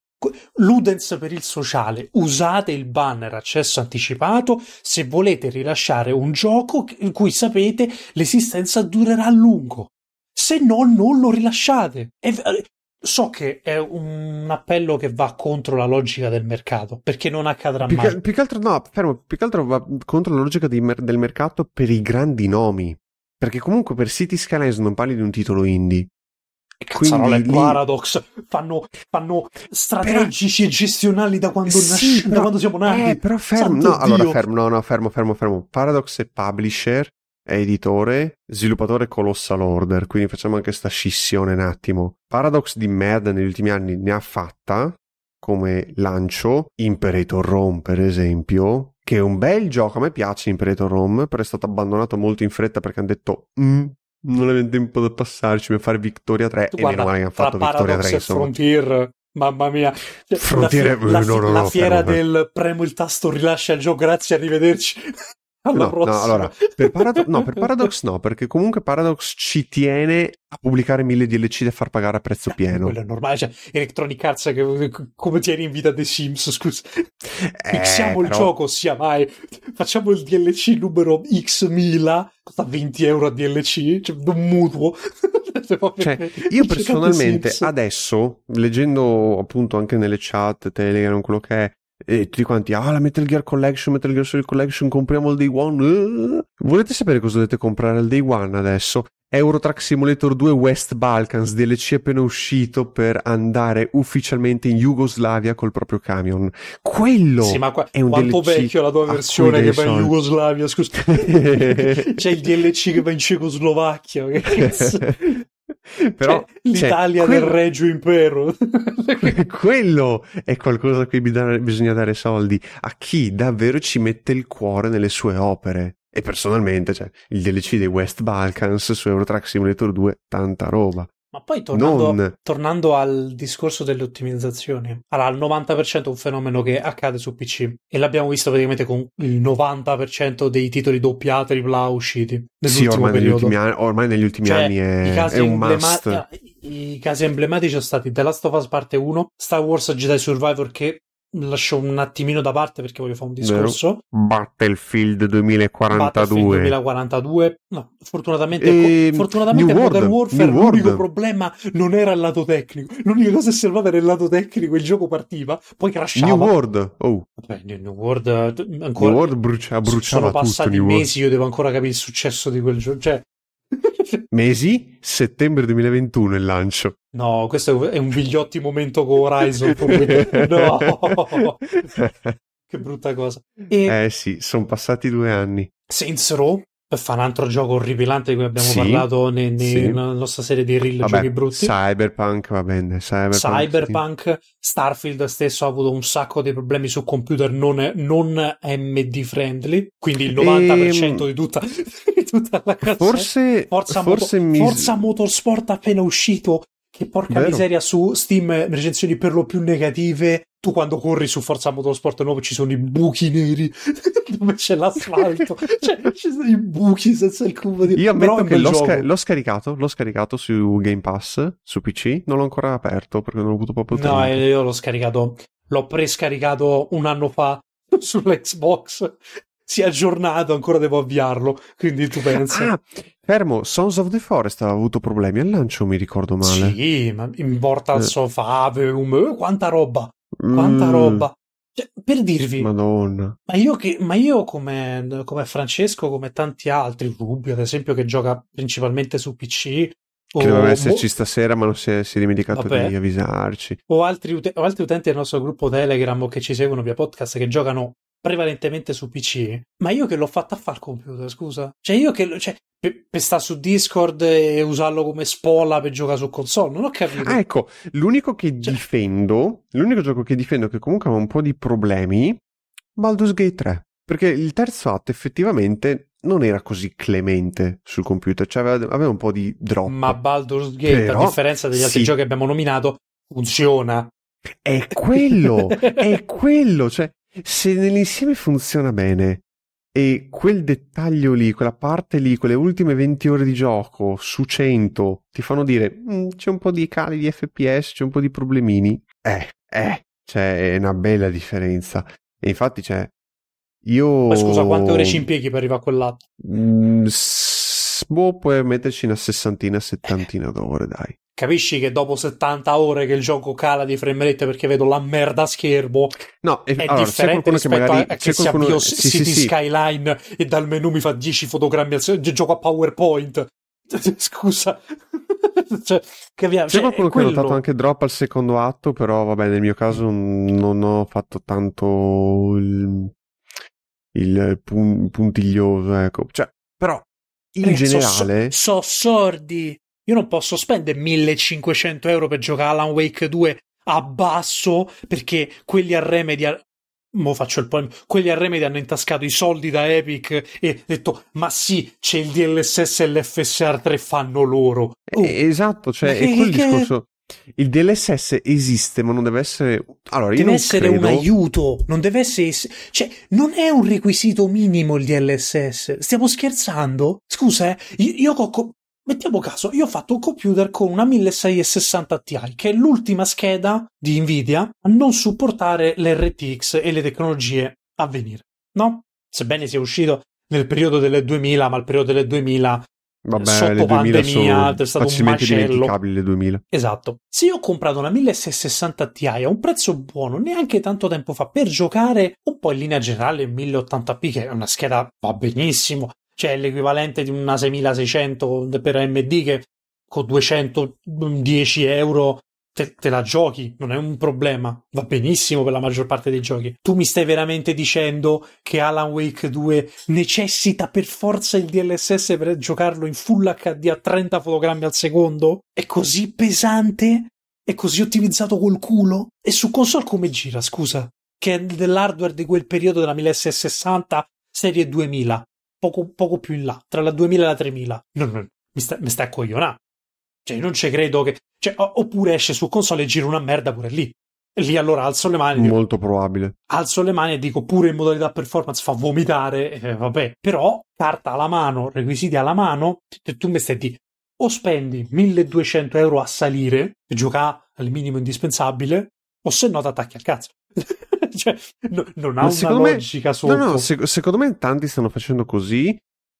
Ludens per il sociale, usate il banner accesso anticipato se volete rilasciare un gioco in cui sapete l'esistenza durerà a lungo, se no non lo rilasciate. E so che è un appello che va contro la logica del mercato, perché non accadrà più mai. Che, più che altro no, fermo, più che altro va contro la logica di mer- del mercato per i grandi nomi, perché comunque per City Skylines non parli di un titolo indie. Cazzarola, e Paradox fanno, fanno strategici però, e gestionali da quando, sì, nasce, però, da quando siamo nati. Eh, però fermo, no, allora fermo, no, no, fermo, fermo, fermo. Paradox è publisher, è editore, sviluppatore Colossal Order, quindi facciamo anche sta scissione un attimo. Paradox di merda negli ultimi anni ne ha fatta, come lancio, Imperator Rome per esempio, che è un bel gioco, a me piace Imperator Rome, però è stato abbandonato molto in fretta perché hanno detto... Mm, non avevamo tempo da passarci per fare Victoria tre, tu e guarda, meno male che hanno fatto Victoria tre, insomma. Frontier, mamma mia, cioè, Frontier, la, fi- no, no, la, no, la fiera fermo, del fermo. Premo il tasto, rilascia il gioco, grazie, arrivederci. Alla no, prossima. No, allora, per, Parado- no, per Paradox no, perché comunque Paradox ci tiene a pubblicare mille D L C da far pagare a prezzo eh, pieno. Quello è normale, cioè Electronic Arts che, come tieni in vita The Sims, scusa. Eh, Mixiamo però... il gioco, sia mai. Facciamo il D L C numero X mila, costa venti euro a D L C, cioè un mutuo. Cioè, io personalmente adesso, leggendo appunto anche nelle chat, Telegram, quello che è, E tutti quanti, ah, la Metal Gear Collection, Metal Gear Solid Collection, compriamo il Day One. Uh. Volete sapere cosa dovete comprare al Day One adesso? Euro Truck Simulator due West Balkans, D L C appena uscito per andare ufficialmente in Jugoslavia col proprio camion. Quello sì, ma qua, è un quanto D L C vecchio la tua versione che va soldi. in Jugoslavia, scusa. C'è il D L C che va in Cecoslovacchia, che cazzo? Però cioè, l'Italia quello... del Regio Impero. Quello è qualcosa a cui bisogna dare soldi a chi davvero ci mette il cuore nelle sue opere. E personalmente, cioè, il D L C dei West Balkans su Euro Truck Simulator due, tanta roba. Ma poi tornando, non... tornando al discorso delle ottimizzazioni, allora al novanta per cento è un fenomeno che accade su P C e l'abbiamo visto praticamente con il novanta per cento dei titoli doppia A, tripla A usciti nell'ultimo sì, ormai periodo. Negli ultimi anni, ormai negli ultimi cioè, anni è, i casi è un emblema- must. I casi emblematici sono stati The Last of Us parte uno, Star Wars Jedi Survivor, che lascio un attimino da parte perché voglio fare un discorso. Vero? Battlefield duemilaquarantadue. Battlefield duemilaquarantadue. No, fortunatamente, e... co- fortunatamente New Modern World. Warfare New l'unico World. problema non era il lato tecnico. L'unica cosa che servava era il lato tecnico, il gioco partiva, poi crashava. New World. Oh. Vabbè, New World ancora New World brucia, bruciava sono passati tutto, New mesi, io devo ancora capire il successo di quel gioco. Cioè mesi? Settembre duemilaventuno il lancio. No, questo è un vigliotti momento con Horizon. No, che brutta cosa. E eh sì, sono passati due anni. Saints Row, per fare un altro gioco orripilante di cui abbiamo sì, parlato ne, ne, sì. nella nostra serie di reel. Vabbè, giochi brutti. Cyberpunk, va bene. Cyberpunk, Cyberpunk sì. Starfield stesso ha avuto un sacco di problemi su computer non, non M D friendly, quindi il novanta per cento e... di tutta, di tutta la casa. Forse, Forza, forse moto, mi... Forza Motorsport appena uscito, che porca Vero. miseria, su Steam recensioni per lo più negative. Tu quando corri su Forza Motorsport nuovo ci sono i buchi neri dove c'è l'asfalto, cioè ci sono i buchi senza il cubo di... Io ammetto che l'ho, sca- l'ho scaricato, l'ho scaricato su Game Pass, su P C, non l'ho ancora aperto perché non ho avuto proprio tempo. No, io l'ho scaricato, l'ho prescaricato un anno fa sull'Xbox, si è aggiornato, ancora devo avviarlo, quindi tu pensa. Ah, fermo, Sons of the Forest ha avuto problemi al lancio, mi ricordo male. Sì, ma Immortal eh. Sofa, Aveum, quanta roba, quanta mm. roba. Cioè, per dirvi, Madonna. Ma io, che, ma io come, come Francesco, come tanti altri, Rubio ad esempio, che gioca principalmente su P C, che doveva esserci stasera, ma non si è, si è dimenticato Vabbè. di avvisarci. O altri, ut- o altri utenti del nostro gruppo Telegram o che ci seguono via podcast che giocano prevalentemente su P C, ma io che l'ho fatta a fare al computer, scusa. Cioè io che cioè, per, per stare su Discord e usarlo come spola per giocare su console, non ho capito. Ah, ecco, l'unico che cioè... difendo, l'unico gioco che difendo che comunque ha un po' di problemi, Baldur's Gate tre. Perché il terzo atto effettivamente non era così clemente sul computer, cioè aveva, aveva un po' di drop. Ma Baldur's Gate, Però, a differenza degli altri sì. giochi che abbiamo nominato, funziona. È quello, è quello, cioè se nell'insieme funziona bene e quel dettaglio lì, quella parte lì, quelle ultime venti ore di gioco su cento ti fanno dire c'è un po' di cali di F P S, c'è un po' di problemini, eh, eh, c'è una bella differenza. E infatti c'è io... Ma scusa, quante ore ci impieghi per arrivare a quell'atto? Mm, s- boh, puoi metterci una sessantina, settantina d'ore, dai. Capisci che dopo settanta ore che il gioco cala di frame rate perché vedo la merda a schermo, no, e, è allora, differente rispetto magari, a che si avvio sì, City sì, Skyline sì. e dal menu mi fa dieci fotogrammi al gioco a PowerPoint. Scusa. cioè, che via, c'è cioè, qualcuno che quello... ha notato anche drop al secondo atto, però vabbè, nel mio caso non ho fatto tanto il, il pun- puntiglioso, ecco. Cioè, però in Ragazzi, generale so, so sordi. Io non posso spendere millecinquecento euro per giocare Alan Wake due a basso perché quelli a Remedy a... mo faccio il po', quelli a Remedy hanno intascato i soldi da Epic e ho detto ma sì, c'è il D L S S e l'F S R tre, fanno loro. Oh, eh, esatto, cioè è quel che... discorso. Il D L S S esiste, ma non deve essere. Allora, deve io non essere credo... un aiuto, non deve essere. Cioè, non è un requisito minimo il D L S S. Stiamo scherzando? Scusa, eh, io, io co... mettiamo caso, io ho fatto un computer con una milleseicentosessanta Ti, che è l'ultima scheda di Nvidia a non supportare l'R T X e le tecnologie a venire, no? Sebbene sia uscito nel periodo delle duemila, ma il periodo delle duemila Vabbè, sotto le duemila pandemia, sono è stato un facilmente macello. dimenticabili le duemila. Esatto. Se io ho comprato una milleseicento sessanta Ti a un prezzo buono neanche tanto tempo fa per giocare un po' in linea generale mille ottanta p, che è una scheda va benissimo, cioè è l'equivalente di una seimilaseicento per A M D che con duecentodieci euro te, te la giochi, non è un problema, va benissimo per la maggior parte dei giochi. Tu mi stai veramente dicendo che Alan Wake due necessita per forza il D L S S per giocarlo in Full acca di a trenta fotogrammi al secondo? È così pesante? È così ottimizzato col culo? E su console come gira, scusa? Che è dell'hardware di quel periodo della milleseicento sessanta serie duemila, poco, poco più in là, tra la duemila e la tremila. No, no, mi sta, mi sta a coglionare. Cioè, non ci credo che... Cioè, oppure esce su console e gira una merda pure lì. E lì allora alzo le mani. Molto dico, probabile. Alzo le mani e dico pure in modalità performance fa vomitare. Eh, vabbè. Però, carta alla mano, requisiti alla mano, tu mi stai di o spendi milleduecento euro a salire e gioca al minimo indispensabile, o se no ti attacchi al cazzo. Cioè, no, non ha Ma una logica me, sotto. No, no, sec- secondo me tanti stanno facendo così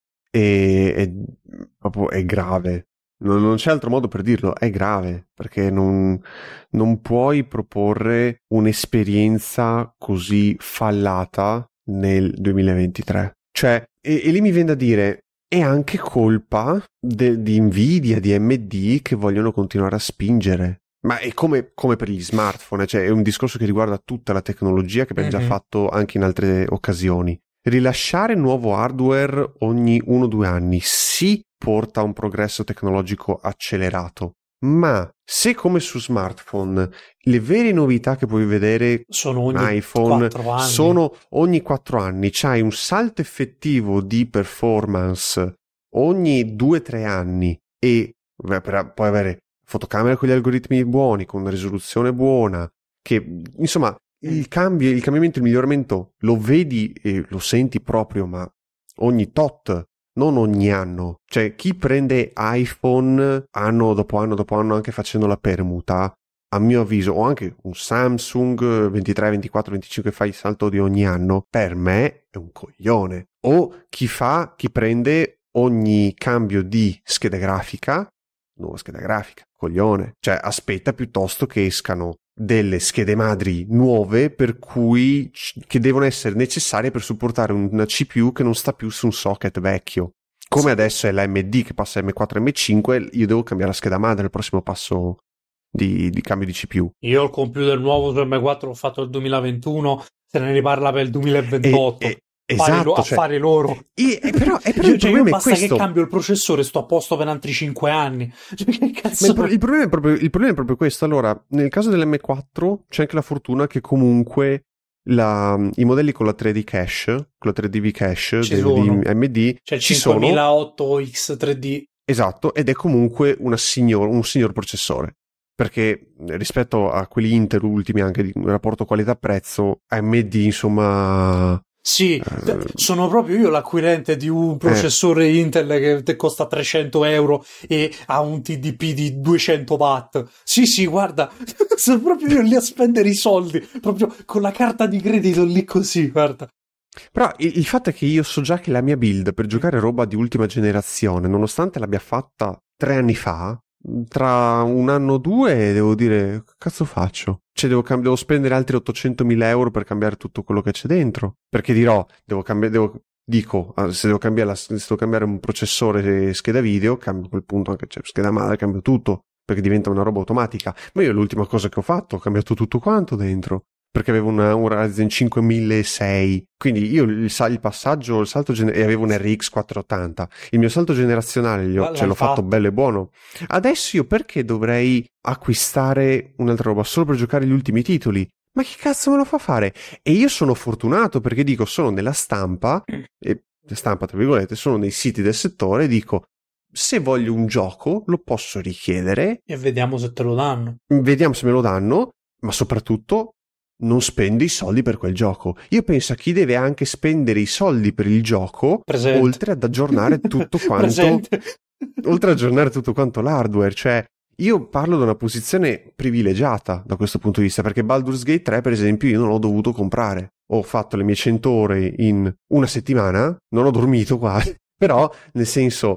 e è, proprio è grave. Non, non c'è altro modo per dirlo, è grave, perché non, non puoi proporre un'esperienza così fallata nel duemilaventitré. Cioè, e, e lì mi viene da dire, è anche colpa de, di Nvidia, di A M D, che vogliono continuare a spingere. Ma è come, come per gli smartphone, cioè è un discorso che riguarda tutta la tecnologia, che abbiamo mm-hmm. già fatto anche in altre occasioni. Rilasciare nuovo hardware ogni uno o due anni sì porta a un progresso tecnologico accelerato, ma se come su smartphone le vere novità che puoi vedere sono ogni iPhone quattro anni. sono ogni quattro anni, c'hai un salto effettivo di performance ogni due o tre anni e beh, per, puoi avere fotocamere con gli algoritmi buoni, con una risoluzione buona, che insomma il cambio, il cambiamento, il miglioramento lo vedi e lo senti proprio, ma ogni tot, non ogni anno. Cioè, chi prende iPhone anno dopo anno dopo anno, anche facendo la permuta, a mio avviso, o anche un Samsung ventitré, ventiquattro, venticinque fa il salto di ogni anno, per me è un coglione. O chi fa, chi prende ogni cambio di scheda grafica, nuova scheda grafica, coglione. Cioè, aspetta piuttosto che escano delle schede madri nuove per cui che devono essere necessarie per supportare una C P U che non sta più su un socket vecchio, come sì. Adesso è la A M D che passa M quattro M cinque, io devo cambiare la scheda madre al prossimo passo di, di cambio di C P U. Io il computer nuovo su M quattro l'ho fatto nel duemilaventuno, se ne riparla per il duemilaventotto. E, e, esatto, lo, cioè, a fare loro. E, e però, e però io, il cioè, problema io è basta questo. che cambio il processore, sto a posto per altri cinque anni. Cioè, che cazzo? Ma il, il, problema è proprio, il problema è proprio questo. Allora, nel caso dell'M quattro c'è anche la fortuna che comunque la, i modelli con la tre D cache, con la tre D V cache di A M D, c'è il ci cinquemilaotto X tre D. Esatto, ed è comunque una signor, un signor processore. Perché rispetto a quelli Intel ultimi, anche di rapporto qualità-prezzo, A M D insomma... Sì, eh, sono proprio io l'acquirente di un processore eh. Intel che costa trecento euro e ha un T D P di duecento watt. Sì, sì, guarda, sono proprio io lì a spendere i soldi, proprio con la carta di credito lì così, guarda. Però il, il fatto è che io so già che la mia build per giocare roba di ultima generazione, nonostante l'abbia fatta tre anni fa, tra un anno o due devo dire, che cazzo faccio? Cioè devo, cambi- devo spendere altri ottocentomila euro per cambiare tutto quello che c'è dentro, perché dirò, devo cambiare, devo, dico, se devo cambiare la, se devo cambiare un processore e scheda video, cambio a quel punto anche cioè, scheda madre, cambio tutto, perché diventa una roba automatica. Ma io l'ultima cosa che ho fatto, ho cambiato tutto quanto dentro, perché avevo una, un Ryzen cinque milleseicento, quindi io il, il passaggio, il salto gener- e avevo un R X quattrocentottanta, il mio salto generazionale gli ho, ce l'ho fatto bello e buono. Adesso io perché dovrei acquistare un'altra roba solo per giocare gli ultimi titoli? Ma che cazzo me lo fa fare? E io sono fortunato perché dico, sono nella stampa, e stampa tra virgolette, sono nei siti del settore e dico, se voglio un gioco lo posso richiedere e vediamo se te lo danno. Vediamo se me lo danno, ma soprattutto non spendi i soldi per quel gioco. Io penso a chi deve anche spendere i soldi per il gioco, Presente. oltre ad aggiornare tutto quanto oltre ad aggiornare tutto quanto l'hardware. Cioè, io parlo da una posizione privilegiata da questo punto di vista, perché Baldur's Gate tre, per esempio, io non l'ho dovuto comprare. Ho fatto le mie cento ore in una settimana, non ho dormito quasi, però, nel senso,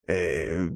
eh,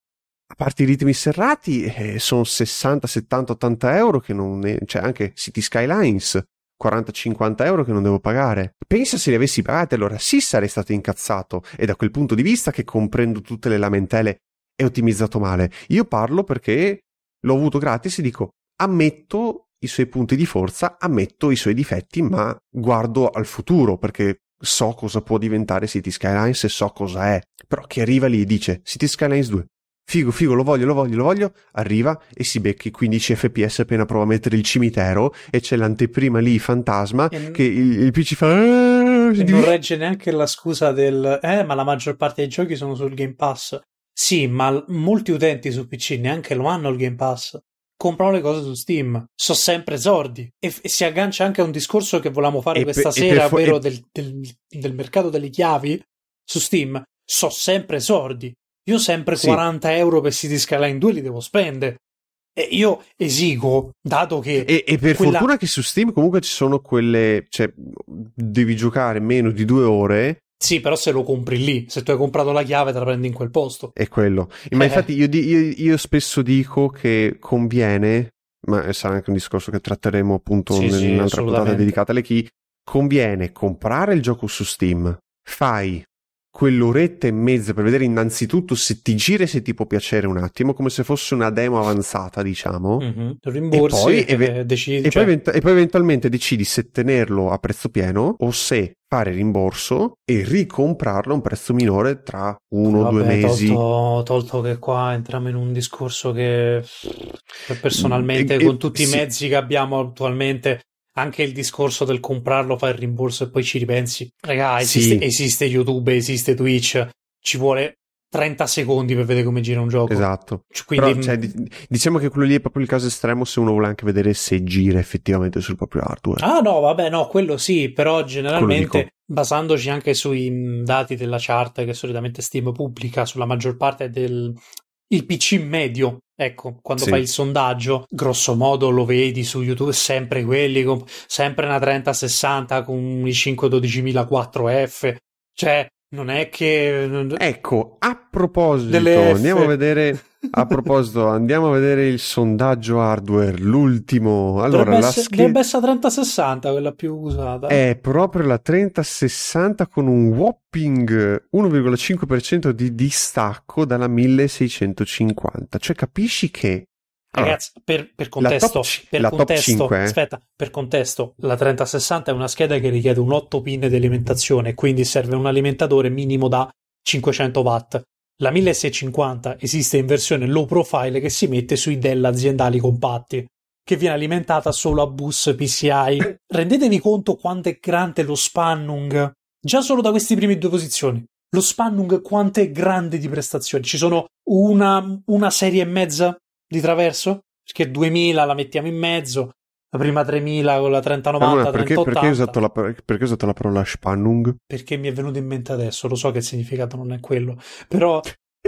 a parte i ritmi serrati, eh, sono sessanta, settanta, ottanta euro che non è, cioè anche City Skylines quaranta cinquanta euro che non devo pagare. Pensa se li avessi pagati, allora sì sarei stato incazzato, e da quel punto di vista che comprendo tutte le lamentele è ottimizzato male. Io parlo perché l'ho avuto gratis e dico ammetto i suoi punti di forza, ammetto i suoi difetti, ma guardo al futuro perché so cosa può diventare City Skylines e so cosa è. Però chi arriva lì e dice City Skylines due figo, figo, lo voglio, lo voglio, lo voglio, arriva e si becchi quindici F P S appena prova a mettere il cimitero e c'è l'anteprima lì fantasma e che il, il P C fa e non regge neanche la scusa del eh ma la maggior parte dei giochi sono sul Game Pass. Sì, ma molti utenti su P C neanche lo hanno il Game Pass, comprano le cose su Steam, sono sempre esordi e, e si aggancia anche a un discorso che volevamo fare e questa per, sera, fo- ovvero e... del, del, del mercato delle chiavi su Steam, sono sempre esordi. Io sempre sì. quaranta euro per City Skyline due li devo spendere. E io esigo, dato che... E, e per quella... fortuna che su Steam comunque ci sono quelle... Cioè, devi giocare meno di due ore. Sì, però se lo compri lì, se tu hai comprato la chiave te la prendi in quel posto. È quello. Ma eh. infatti io, io, io spesso dico che conviene, ma sarà anche un discorso che tratteremo appunto sì, in sì, un'altra puntata dedicata alle key, conviene comprare il gioco su Steam, fai... quell'oretta e mezza per vedere innanzitutto se ti gira e se ti può piacere un attimo, come se fosse una demo avanzata, diciamo. Mm-hmm. Rimborsi e poi, eve- decidi, e, cioè... poi event- e poi eventualmente decidi se tenerlo a prezzo pieno o se fare rimborso e ricomprarlo a un prezzo minore tra uno o due mesi. Tolto, tolto che qua entriamo in un discorso che personalmente e, con e, tutti sì. i mezzi che abbiamo attualmente, anche il discorso del comprarlo, fai il rimborso e poi ci ripensi. Raga, esiste, sì. esiste YouTube, esiste Twitch, ci vuole trenta secondi per vedere come gira un gioco. Esatto. Quindi... Però, cioè, diciamo che quello lì è proprio il caso estremo se uno vuole anche vedere se gira effettivamente sul proprio hardware. Ah no, vabbè, no, quello sì, però generalmente basandoci anche sui dati della chart che solitamente Steam pubblica sulla maggior parte del il P C medio, ecco, quando sì. fai il sondaggio, grosso modo lo vedi su YouTube, sempre quelli, con, sempre una trenta sessanta con i cinque dodicimila quattro F, cioè non è che... Ecco, a proposito, andiamo a vedere... A proposito, andiamo a vedere il sondaggio hardware, l'ultimo. Allora, dovrebbe, la essere, schi- dovrebbe essere trenta sessanta, quella più usata. È proprio la trenta sessanta con un whopping uno virgola cinque per cento di distacco dalla milleseicentocinquanta. Cioè, capisci che... Ragazzi, allora, per, per contesto, top, per contesto cinque, eh? aspetta, per contesto, la trenta sessanta è una scheda che richiede un otto pin di alimentazione, quindi serve un alimentatore minimo da cinquecento watt. La milleseicentocinquanta esiste in versione low profile che si mette sui Dell aziendali compatti, che viene alimentata solo a bus P C I. Rendetevi conto quanto è grande lo Spannung, già solo da queste prime due posizioni. Lo Spannung quanto è grande di prestazioni. Ci sono una, una serie e mezza di traverso, perché duemila la mettiamo in mezzo, la prima tremila con la trenta novanta, allora, perché, trenta ottanta. Perché hai usato la, perché hai usato la parola Spannung? Perché mi è venuto in mente adesso, lo so che il significato non è quello, però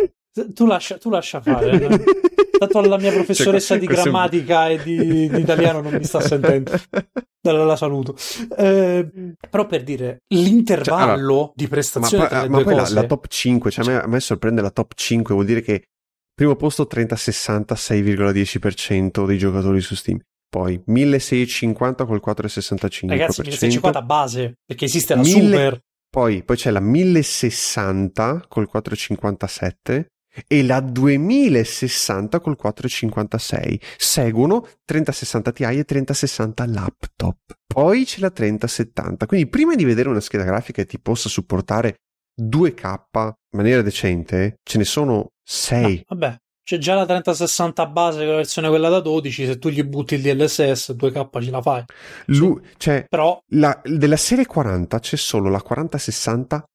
tu lascia, tu lascia fare. No? Tanto la mia professoressa cioè, di grammatica è... e di, di italiano non mi sta sentendo. La, la saluto. Eh, però per dire, l'intervallo cioè, allora, di prestazione ma, tra le ma due poi cose... la, la top cinque, cioè a me, a me sorprende la top cinque, vuol dire che primo posto trenta sessanta, sei virgola dieci per cento dei giocatori su Steam. Poi milleseicentocinquanta col quattro virgola sessantacinque per cento. Ragazzi, milleseicentocinquanta base, perché esiste la mille... Super. Poi, poi c'è la millesessanta col quattro virgola cinquantasette e la duemilasessanta col quattro virgola cinquantasei. Seguono trenta sessanta Ti e trenta sessanta laptop. Poi c'è la trenta settanta. Quindi prima di vedere una scheda grafica che ti possa supportare due K in maniera decente, ce ne sono sei. No, vabbè. C'è già la trenta sessanta base, la versione quella da dodici, se tu gli butti il D L S S due K ce la fai. Lui, cioè, però la, della serie quaranta c'è solo la quaranta sessanta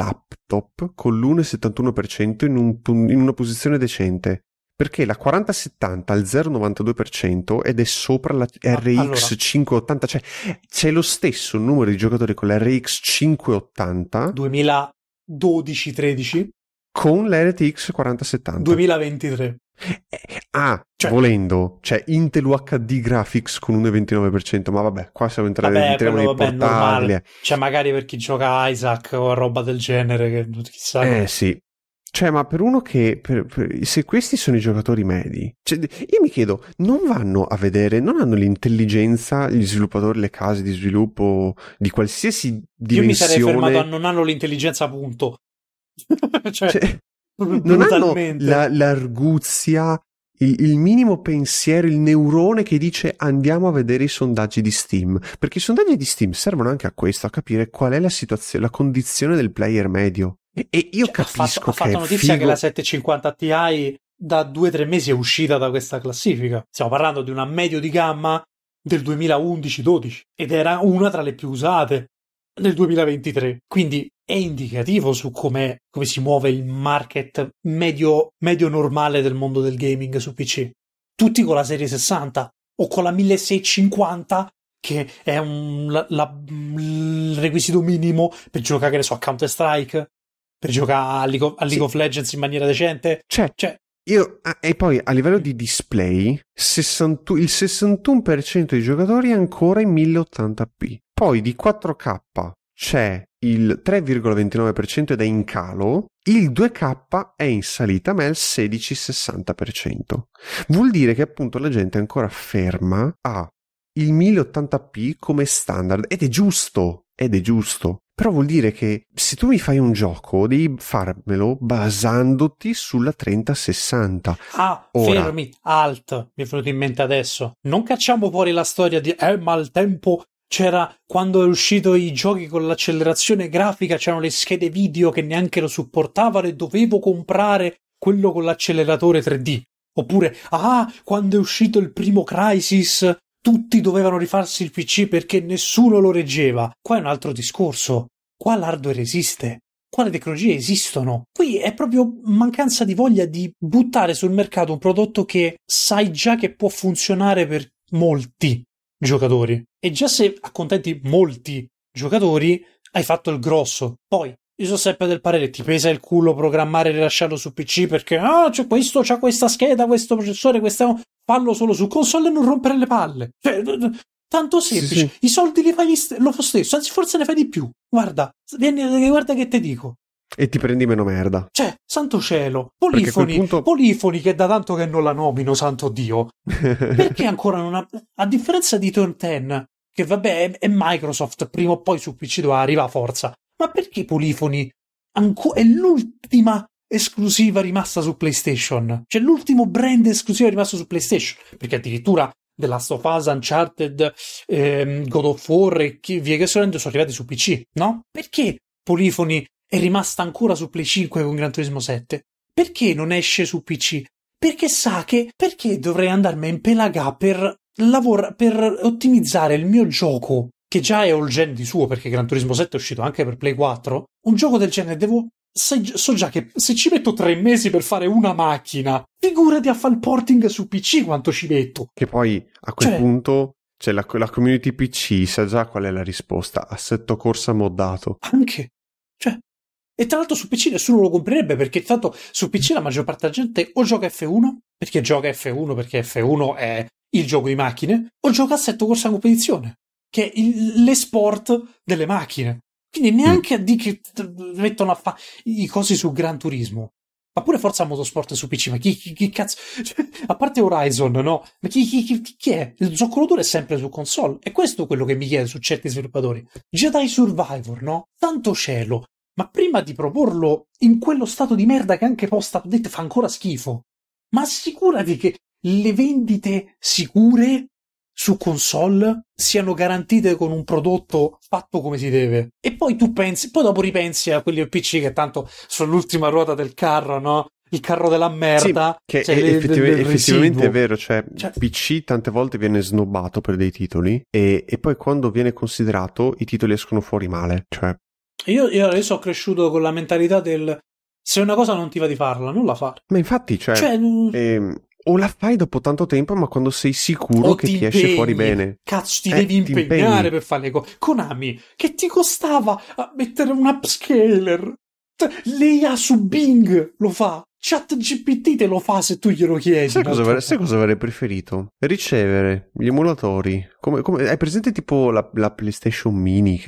laptop con l'uno virgola settantuno per cento in, un, in una posizione decente, perché la quaranta settanta al zero virgola novantadue per cento ed è sopra la R X allora. cinquecentottanta, cioè c'è lo stesso numero di giocatori con la R X cinquecentottanta duemiladodici tredici con la R T X quaranta settanta duemilaventitré. Ah, cioè, volendo, cioè Intel U H D Graphics con uno virgola ventinove per cento, ma vabbè, qua siamo entrati vabbè, in tema quello, di vabbè, portabili. Cioè magari per chi gioca Isaac o roba del genere, che chissà. Eh sì, Cioè, ma per uno che, per, per, se questi sono i giocatori medi, cioè, io mi chiedo, non vanno a vedere, non hanno l'intelligenza, gli sviluppatori, le case di sviluppo di qualsiasi dimensione? Io mi sarei fermato a non hanno l'intelligenza, punto. cioè, cioè, non hanno la, l'arguzia, il, il minimo pensiero, il neurone che dice andiamo a vedere i sondaggi di Steam, perché i sondaggi di Steam servono anche a questo, a capire qual è la situazione, la condizione del player medio. E io cioè, capisco ha fatto, che ha fatto notizia figo... che la settecentocinquanta Ti da due o tre mesi è uscita da questa classifica. Stiamo parlando di una medio di gamma del duemilaundici dodici ed era una tra le più usate nel duemilaventitré. Quindi è indicativo su come come si muove il market medio, medio normale del mondo del gaming su P C. Tutti con la serie sessanta o con la milleseicentoscinquanta, che è un, la, la, il requisito minimo per giocare, che ne so, a Counter-Strike, per giocare a League of, a League sì. of Legends in maniera decente. Cioè, cioè io e poi a livello di display sessanta, il sessantuno per cento dei giocatori è ancora in mille ottanta p. Poi di quattro K c'è il tre virgola ventinove per cento ed è in calo, il due K è in salita ma è il sedici virgola sessanta per cento. Vuol dire che appunto la gente è ancora ferma a il mille ottanta p come standard, ed è giusto, ed è giusto. Però vuol dire che se tu mi fai un gioco devi farmelo basandoti sulla trenta sessanta. Ah, Ora, fermi, alt, mi è venuto in mente adesso. Non cacciamo fuori la storia di eh, ma al tempo c'era, quando è uscito i giochi con l'accelerazione grafica, c'erano le schede video che neanche lo supportavano e dovevo comprare quello con l'acceleratore tre D. Oppure, ah, quando è uscito il primo Crysis, tutti dovevano rifarsi il P C perché nessuno lo reggeva. Qua è un altro discorso. Qua l'hardware esiste. Qua le tecnologie esistono. Qui è proprio mancanza di voglia di buttare sul mercato un prodotto che sai già che può funzionare per molti giocatori. E già se accontenti molti giocatori, hai fatto il grosso. Poi, io sono sempre del parere, ti pesa il culo programmare e rilasciarlo su P C perché ah, c'è questo, c'ha questa scheda, questo processore, questo... Fallo solo su console e non rompere le palle. Cioè, tanto semplice. Sì, sì. I soldi li fai st- lo stesso, anzi forse ne fai di più. Guarda, vieni, guarda che te dico. E ti prendi meno merda. Cioè, santo cielo. Polifoni, punto... Polifoni che da tanto che non la nomino, santo Dio. Perché ancora non ha... A differenza di Turn dieci, che vabbè è, è Microsoft, prima o poi su P C doveva arrivare a forza. Ma perché Polifoni anco- è l'ultima esclusiva rimasta su PlayStation? Cioè l'ultimo brand esclusivo rimasto su PlayStation, perché addirittura The Last of Us, Uncharted, ehm, God of War e chi, via che sono sono arrivati su P C, no? Perché Polifoni è rimasta ancora su Play cinque con Gran Turismo sette? Perché non esce su P C? Perché sa che perché dovrei andarmi a impelagare per lavora, per ottimizzare il mio gioco, che già è all gen di suo, perché Gran Turismo sette è uscito anche per Play quattro. Un gioco del genere devo so già che se ci metto tre mesi per fare una macchina, figurati a fare il porting su P C quanto ci metto. Che poi a quel cioè, punto cioè la, la community P C sa già qual è la risposta: assetto corsa moddato. Anche, cioè, e tra l'altro su P C nessuno lo comprerebbe, perché tanto su P C la maggior parte della gente o gioca F uno perché gioca F uno perché F uno è il gioco di macchine, o gioca assetto corsa competizione, che è il, l'esport delle macchine. Quindi neanche a dire che mettono a fare i cosi su Gran Turismo, ma pure Forza Motorsport su P C. Ma chi, chi, chi cazzo, cioè, a parte Horizon, no? Ma chi, chi, chi, chi è? Il zoccolatore è sempre su console, e questo è quello che mi chiedo su certi sviluppatori. Jedi Survivor, no? Tanto cielo, ma prima di proporlo in quello stato di merda che anche post-update fa ancora schifo, ma assicurati che le vendite sicure su console siano garantite con un prodotto fatto come si deve. E poi tu pensi, poi dopo ripensi a quelli del P C che tanto sono l'ultima ruota del carro, no? Il carro della merda. Sì, che cioè, è, effettivamente, effettivamente è vero, cioè, cioè P C tante volte viene snobbato per dei titoli e, e poi quando viene considerato i titoli escono fuori male, cioè. Io, io adesso sono cresciuto con la mentalità del se una cosa non ti va di farla, non la fare. Ma infatti, cioè, cioè ehm, o la fai dopo tanto tempo, ma quando sei sicuro che ti, ti esce fuori bene. Cazzo, ti eh, devi ti impegnare impegni. Per fare le cose. Konami, che ti costava a mettere un upscaler? L'I A su Bing lo fa. ChatGPT te lo fa se tu glielo chiedi. Sai cosa, avrei, sai cosa avrei preferito? Ricevere gli emulatori. Come, come, hai presente tipo la, la PlayStation Mini che era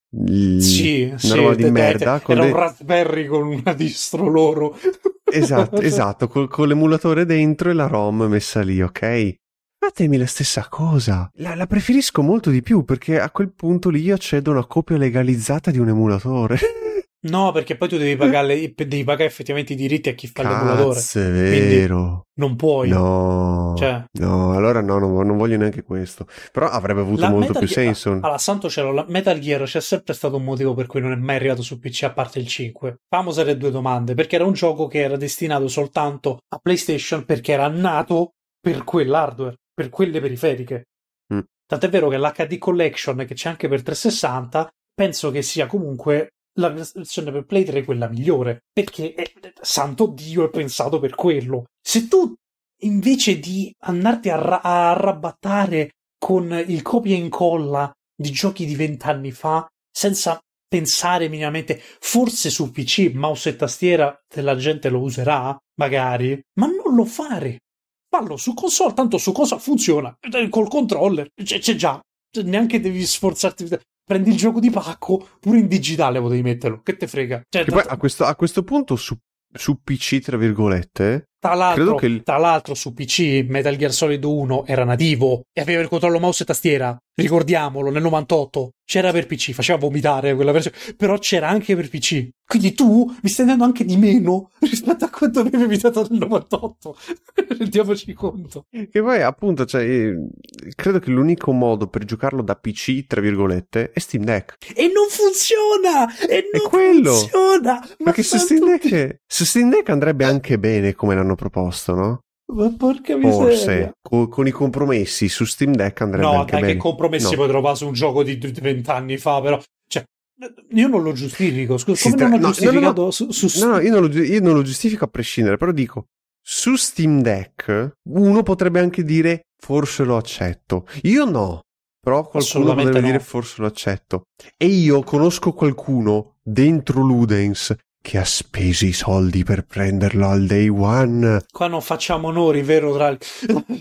il, sì, una sì, roba di de- de- merda. Era De- un Raspberry con una distro loro. esatto, esatto, col, con l'emulatore dentro e la ROM messa lì, ok? Fatemi la stessa cosa. La, la preferisco molto di più perché a quel punto lì io accedo a una copia legalizzata di un emulatore. No, perché poi tu devi pagare, devi pagare effettivamente i diritti a chi fa l'emulatore. Cazzo, è vero. Quindi non puoi. No, Cioè, no, allora no, non, non voglio neanche questo. Però avrebbe avuto la molto Metal più Gear- senso. Allora, santo cielo, la Metal Gear c'è sempre stato un motivo per cui non è mai arrivato su P C a parte il cinque. Famose le due domande, perché era un gioco che era destinato soltanto a PlayStation perché era nato per quell'hardware, per quelle periferiche. Mm. Tant'è vero che l'H D Collection, che c'è anche per trecentosessanta, penso che sia comunque la versione per Play tre quella migliore, perché è, santo Dio, è pensato per quello. Se tu invece di andarti a, ra- a arrabattare con il copia e incolla di giochi di vent'anni fa, senza pensare minimamente, forse su P C, mouse e tastiera, la gente lo userà, magari, ma non lo fare. Fallo su console, tanto su cosa funziona, col controller, c'è, c'è già, neanche devi sforzarti. Prendi il gioco di pacco, pure in digitale potevi metterlo, che te frega. Cioè, Che poi a questo, a questo punto su, su P C, tra virgolette, Tra l'altro, credo che il... tra l'altro su P C Metal Gear Solid uno era nativo e aveva il controllo mouse e tastiera, ricordiamolo, nel novantotto c'era per P C, faceva vomitare quella versione, però c'era anche per P C. Quindi tu mi stai dando anche di meno rispetto a quanto avevi evitato nel novantotto. Rendiamoci conto. Che poi appunto, cioè, credo che l'unico modo per giocarlo da P C, tra virgolette, è Steam Deck. E non funziona! E non è quello! funziona! Perché su Steam, Deck, su Steam Deck andrebbe anche bene come l'hanno proposto, no? Ma porca miseria. Forse, con, con i compromessi su Steam Deck andrebbe no, anche dai, bene. No, che compromessi no. puoi trovare su un gioco di vent'anni fa, però... Cioè, io non lo giustifico. Scusa, come tra... non ho no, giustificato no, no, su... su... no, no io, non lo, io non lo giustifico a prescindere, però dico, su Steam Deck uno potrebbe anche dire forse lo accetto. Io no, però qualcuno potrebbe no. dire forse lo accetto. E io conosco qualcuno dentro Ludens che ha speso i soldi per prenderlo al day one. Qua non facciamo onori, vero? Tra il...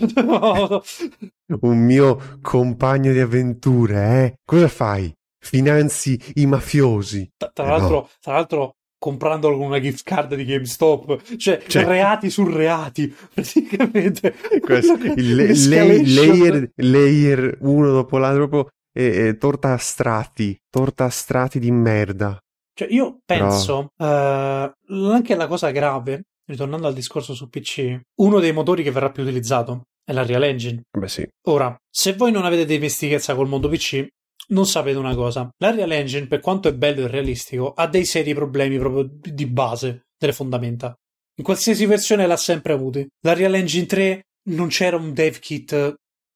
no. Un mio compagno di avventure, eh? Cosa fai? Finanzi i mafiosi. Tra, tra, eh l'altro, no. tra l'altro, comprandolo con una gift card di GameStop, cioè, cioè reati su reati, praticamente. Questo, il lay, layer, layer uno dopo l'altro, proprio eh, eh, torta a strati, torta a strati di merda. Cioè, io penso, Però... uh, anche la cosa grave, ritornando al discorso su P C, uno dei motori che verrà più utilizzato è la Real Engine. Beh, sì. Ora, se voi non avete dimestichezza col mondo P C, non sapete una cosa. La Real Engine, per quanto è bello e realistico, ha dei seri problemi proprio di base, delle fondamenta. In qualsiasi versione l'ha sempre avuti. La Real Engine tre non c'era un dev kit...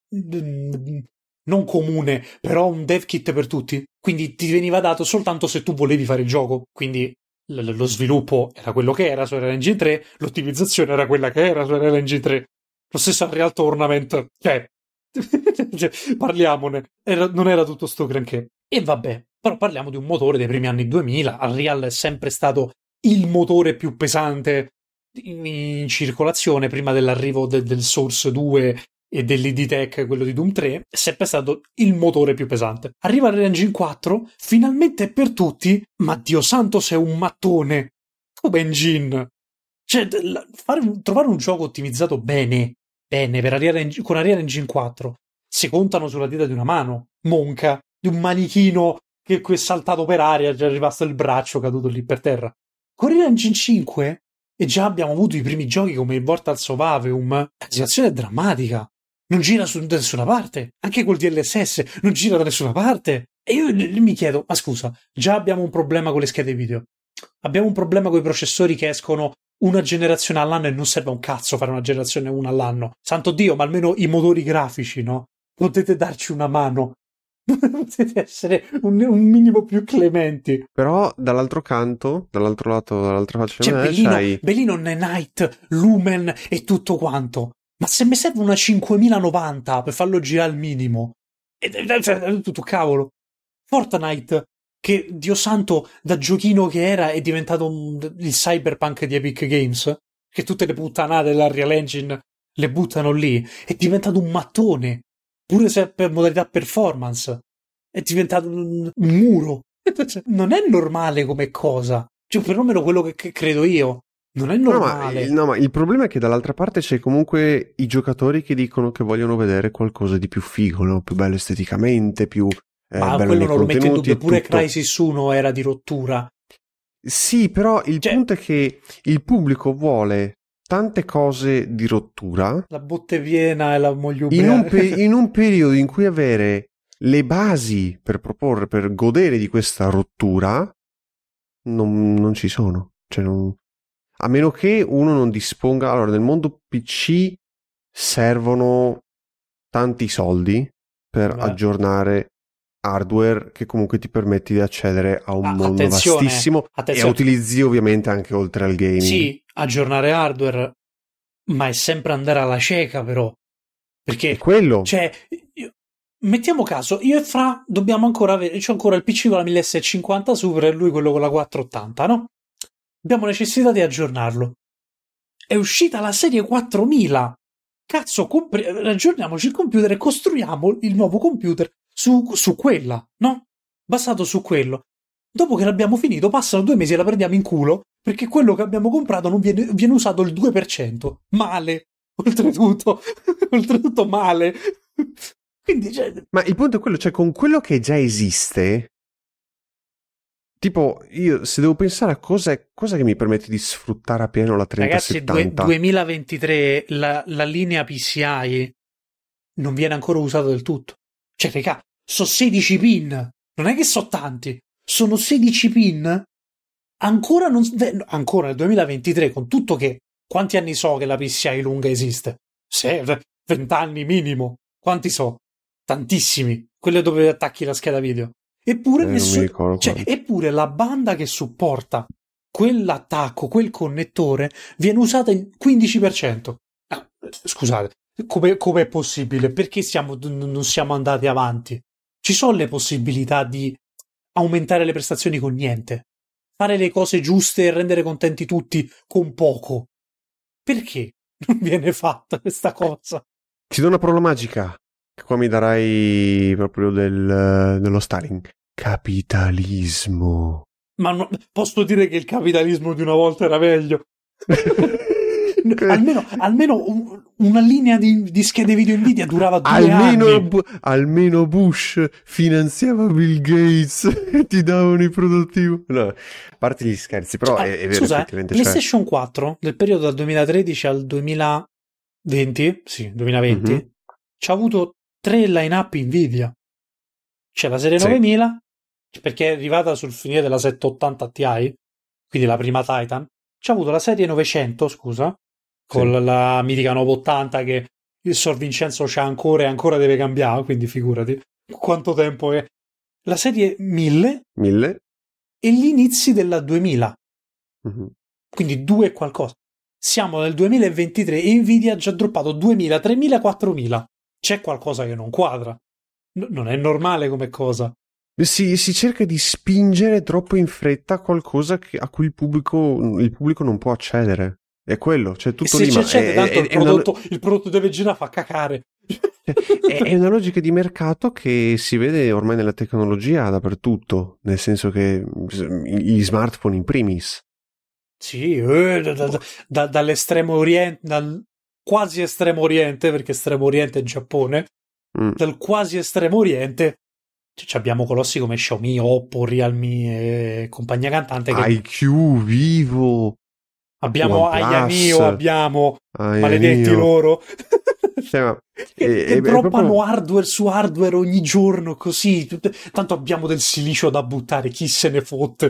non comune, però un dev kit per tutti. Quindi ti veniva dato soltanto se tu volevi fare il gioco. Quindi l- lo sviluppo era quello che era su Real Engine tre, l'ottimizzazione era quella che era su Real Engine tre. Lo stesso Unreal Tournament, cioè, cioè parliamone, era, non era tutto sto granché. E vabbè, però parliamo di un motore dei primi anni duemila. Unreal è sempre stato il motore più pesante in, in circolazione prima dell'arrivo de- del Source due e dell'I D Tech, quello di Doom tre, è sempre stato il motore più pesante. Arriva Real Engine quattro, finalmente per tutti, ma Dio santo sei un mattone come engine. Cioè, fare un, trovare un gioco ottimizzato bene, bene, per Unreal Engine, con Unreal Engine quattro, si contano sulla dita di una mano, monca, di un manichino che è saltato per aria, è rimasto il braccio caduto lì per terra. Con Unreal Engine cinque, e già abbiamo avuto i primi giochi come Immortals of Aveum, la situazione è drammatica. Non gira su, da nessuna parte. Anche col D L S S non gira da nessuna parte. E io mi chiedo, ma scusa, già abbiamo un problema con le schede video. Abbiamo un problema con i processori che escono una generazione all'anno e non serve a un cazzo fare una generazione una all'anno. Santo Dio, ma almeno i motori grafici, no? Potete darci una mano. Potete essere un, un minimo più clementi. Però dall'altro canto, dall'altro lato, dall'altra faccia, cioè, me, Bellino, c'hai... Bellino Night, Lumen e tutto quanto. Ma se mi serve una cinquemilanovanta per farlo girare al minimo, è tutto cavolo. Fortnite, che Dio santo, da giochino che era, è diventato un, il cyberpunk di Epic Games, che tutte le puttanate della Real Engine le buttano lì, è diventato un mattone, pure se per modalità performance, è diventato un, un muro. Non è normale come cosa, cioè perlomeno quello che, che credo io. Non è normale. No ma, no, ma il problema è che dall'altra parte c'è comunque i giocatori che dicono che vogliono vedere qualcosa di più figo, no? Più bello esteticamente, più eh, ma bello quello nei non lo metto in dubbio, pure tutto. Crysis uno era di rottura. Sì, però il cioè, punto è che il pubblico vuole tante cose di rottura. La botte piena e la moglie in un, ubriaca. pe- in un periodo in cui avere le basi per proporre, per godere di questa rottura, non, non ci sono. Cioè non... A meno che uno non disponga... Allora, nel mondo P C servono tanti soldi per Beh. aggiornare hardware che comunque ti permetti di accedere a un Ah, mondo attenzione, vastissimo attenzione. e a utilizzi ovviamente anche oltre al gaming. Sì, aggiornare hardware, ma è sempre andare alla cieca però. Perché, è quello. Cioè, io, mettiamo caso, io e Fra dobbiamo ancora avere... C'ho ancora il P C con la mille seicentocinquanta Super e lui quello con la quattrocentottanta, no? Abbiamo necessità di aggiornarlo. È uscita la serie quattromila. Cazzo, compri- aggiorniamoci il computer e costruiamo il nuovo computer su, su quella, no? Basato su quello. Dopo che l'abbiamo finito, passano due mesi e la prendiamo in culo perché quello che abbiamo comprato non viene, viene usato il due per cento. Male. Oltretutto. Oltretutto male. Quindi, cioè... Ma il punto è quello, cioè con quello che già esiste... Tipo, io se devo pensare a cosa, cosa che mi permette di sfruttare appieno la trenta settanta. Ragazzi, due, duemilaventitré, la, la linea P C I non viene ancora usata del tutto. Cioè, raga, sono sedici pin. Non è che so tanti. Sono sedici pin. Ancora non... Ancora nel duemilaventitré, con tutto che... Quanti anni so che la P C I lunga esiste? venti anni minimo. Quanti so? Tantissimi. Quelle dove attacchi la scheda video. Eppure, eh, nessun... cioè, eppure la banda che supporta quell'attacco, quel connettore, viene usata il quindici per cento. Ah, scusate, come è possibile? Perché siamo, non siamo andati avanti? Ci sono le possibilità di aumentare le prestazioni con niente, fare le cose giuste e rendere contenti tutti con poco. Perché non viene fatta questa cosa? Ti do una parola magica. Qua mi darai proprio del, dello Stalin. Capitalismo. Ma no, posso dire che il capitalismo di una volta era meglio. almeno almeno un, una linea di, di schede video Nvidia durava due almeno, anni. Bu- almeno Bush finanziava Bill Gates e ti davano i prodotti. No, a parte gli scherzi, però cioè, è, è vero, scusa, effettivamente. PlayStation Cioè... quattro del periodo dal duemilatredici al duemilaventi, sì, duemilaventi, mm-hmm. ci ha avuto tre line-up Nvidia. C'è la serie sì. novemila, perché è arrivata sul finire della settecentottanta Ti, quindi la prima Titan. C'ha avuto la serie novecento, scusa, con sì. la mitica novecentottanta che il Sor Vincenzo c'ha ancora e ancora deve cambiare, quindi figurati quanto tempo è. La serie mille, mille. E gli inizi della duemila. Mm-hmm. Quindi due e qualcosa. Siamo nel duemilaventitré e Nvidia ha già droppato duemila, tremila, quattromila. C'è qualcosa che non quadra. N- non è normale come cosa. Si, si cerca di spingere troppo in fretta qualcosa che, a cui il pubblico, il pubblico non può accedere. È quello, cioè tutto e lì. Se Ma c'è, è, tanto è, il, è, prodotto, una... il prodotto deve girare, fa cacare. È, è una logica di mercato che si vede ormai nella tecnologia dappertutto, nel senso che gli smartphone in primis. Sì, eh, da, da, da, dall'estremo oriente, dal quasi estremo oriente, perché estremo oriente è Giappone, mm. dal quasi estremo oriente cioè, abbiamo colossi come Xiaomi, Oppo, Realme e compagnia cantante. Che... I Q, Vivo, abbiamo Ayanio, abbiamo Ayanio. Maledetti loro. Cioè, ma, che, è, che è, droppano è proprio... hardware su hardware ogni giorno così, tanto abbiamo del silicio da buttare, chi se ne fotte.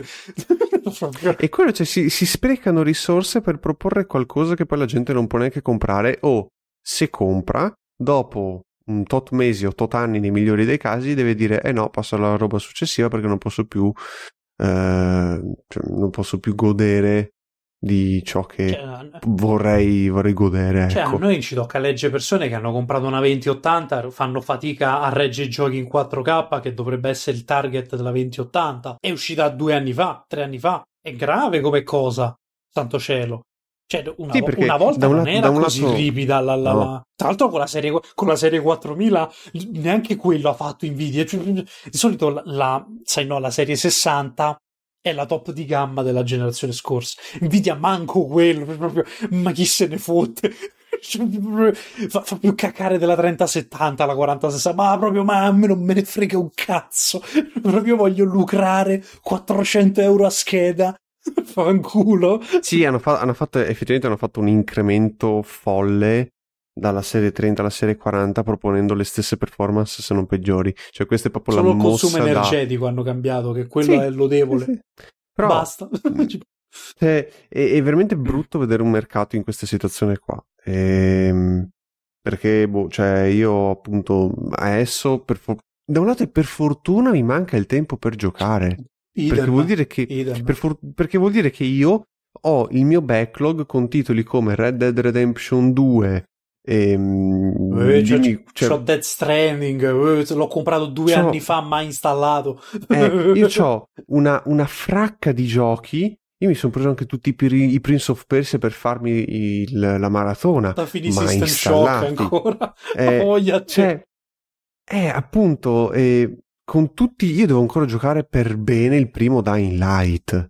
E quello, cioè, si, si sprecano risorse per proporre qualcosa che poi la gente non può neanche comprare, o se compra dopo un tot mesi o tot anni nei migliori dei casi deve dire eh no, passo alla roba successiva perché non posso più eh, cioè, non posso più godere di ciò che cioè, vorrei, vorrei godere. Cioè, ecco. A noi ci tocca leggere persone che hanno comprato una venti ottanta, fanno fatica a reggere i giochi in quattro K, che dovrebbe essere il target della venti ottanta. È uscita due anni fa, tre anni fa. È grave come cosa, santo cielo. Cioè, una, Sì, perché una volta da un non lato- era da un così lato- ripida. La, la- no. la- Tra l'altro, con la serie, con la serie quattromila, neanche quello ha fatto Nvidia. Cioè, di solito, la, la- sai, no, la serie sessanta è la top di gamma della generazione scorsa. Nvidia manco quello, proprio, ma chi se ne fotte? Fa, fa più cacare della trenta settanta, la quaranta sessanta, ma proprio, ma a me non me ne frega un cazzo. Proprio voglio lucrare quattrocento euro a scheda. Fanculo. Sì, hanno, fa- hanno fatto, effettivamente hanno fatto un incremento folle dalla serie trenta alla serie quaranta proponendo le stesse performance se non peggiori. Cioè questa è proprio Solo la il consumo mossa da... energetico hanno cambiato, che quello Sì, è lodevole. sì, sì. Però Basta. cioè, è, è veramente brutto vedere un mercato in questa situazione qua. Ehm, perché, boh, cioè, io appunto adesso, per fo- da un lato e per fortuna mi manca il tempo per giocare. Idem, Perché vuol dire che, idem. per for- perché vuol dire che io ho il mio backlog con titoli come Red Dead Redemption due. Ehm, Eh, cioè, dimmi- cioè, c'ho Death Stranding, eh, l'ho comprato due c'ho- anni fa, mai installato. eh, io ho una, una fracca di giochi. Io mi sono preso anche tutti i, pri- i Prince of Persia per farmi il- la maratona. Da fini ma System Shock installati. ancora. Eh, Voglia te. Cioè, eh, appunto, eh, con tutti, io devo ancora giocare per bene il primo Dying Light.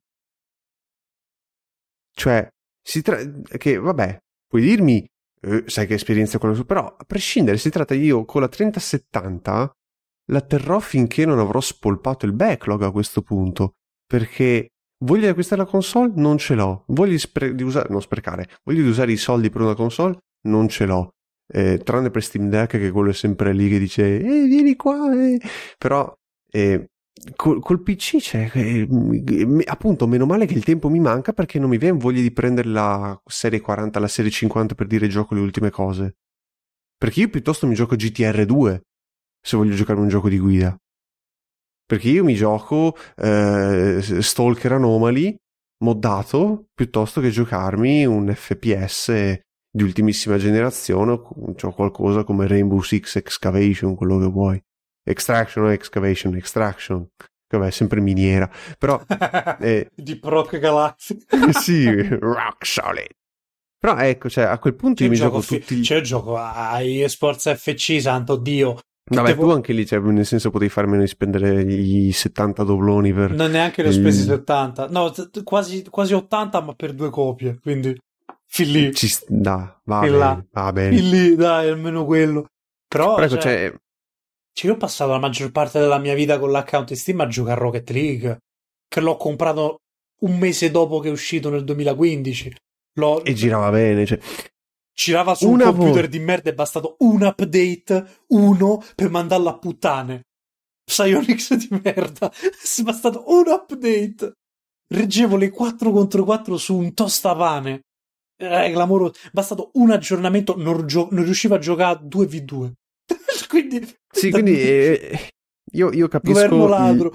Cioè, si tratta che, vabbè, puoi dirmi, eh, sai che esperienza è quella sua, però a prescindere, si tratta io con la trenta settanta la terrò finché non avrò spolpato il backlog a questo punto, perché voglio di acquistare la console? Non ce l'ho. Voglio di, spre- di usare, non sprecare, voglio di usare i soldi per una console? Non ce l'ho. Eh, tranne per Steam Deck, che quello è sempre lì che dice eh, vieni qua, eh. Però eh, col, col P C c'è eh, appunto, meno male che il tempo mi manca, perché non mi viene voglia di prendere la serie quaranta, la serie cinquanta per dire gioco le ultime cose, perché io piuttosto mi gioco G T R due se voglio giocare un gioco di guida, perché io mi gioco eh, Stalker Anomaly moddato piuttosto che giocarmi un F P S di ultimissima generazione o cioè qualcosa come Rainbow Six Excavation, quello che vuoi. Extraction o Excavation, Extraction, che vabbè, è sempre miniera, però eh, di Proc Galactic. sì, rock solid. Però ecco, cioè a quel punto C'è io mi gioco gioco fi- tutti. c'è il gioco ai Esports F C, santo Dio. Vabbè, Tutte tu vo- anche lì, cioè, nel senso, potevi far meno di spendere i settanta dobloni per Non neanche ne ho il- spesi settanta, no, t- t- quasi, quasi ottanta, ma per due copie, quindi fin lì, Ci st- da, va fin bene, là, va bene. fin lì, dai, almeno quello. Però, Però ecco, cioè, cioè, cioè, io ho passato la maggior parte della mia vita con l'account in Steam a giocare a Rocket League, che l'ho comprato un mese dopo che è uscito nel duemilaquindici. L'ho... e girava bene, cioè, Girava su un Una computer vo- di merda, è bastato un update, uno, per mandarlo a puttane. Psyonix di merda, è bastato un update. Reggevo le quattro contro quattro su un tostapane. È clamoroso. Bastato un aggiornamento, non, gio- non riuscivo a giocare due vu due. Quindi... sì, quindi eh, io, io capisco Governo il- ladro.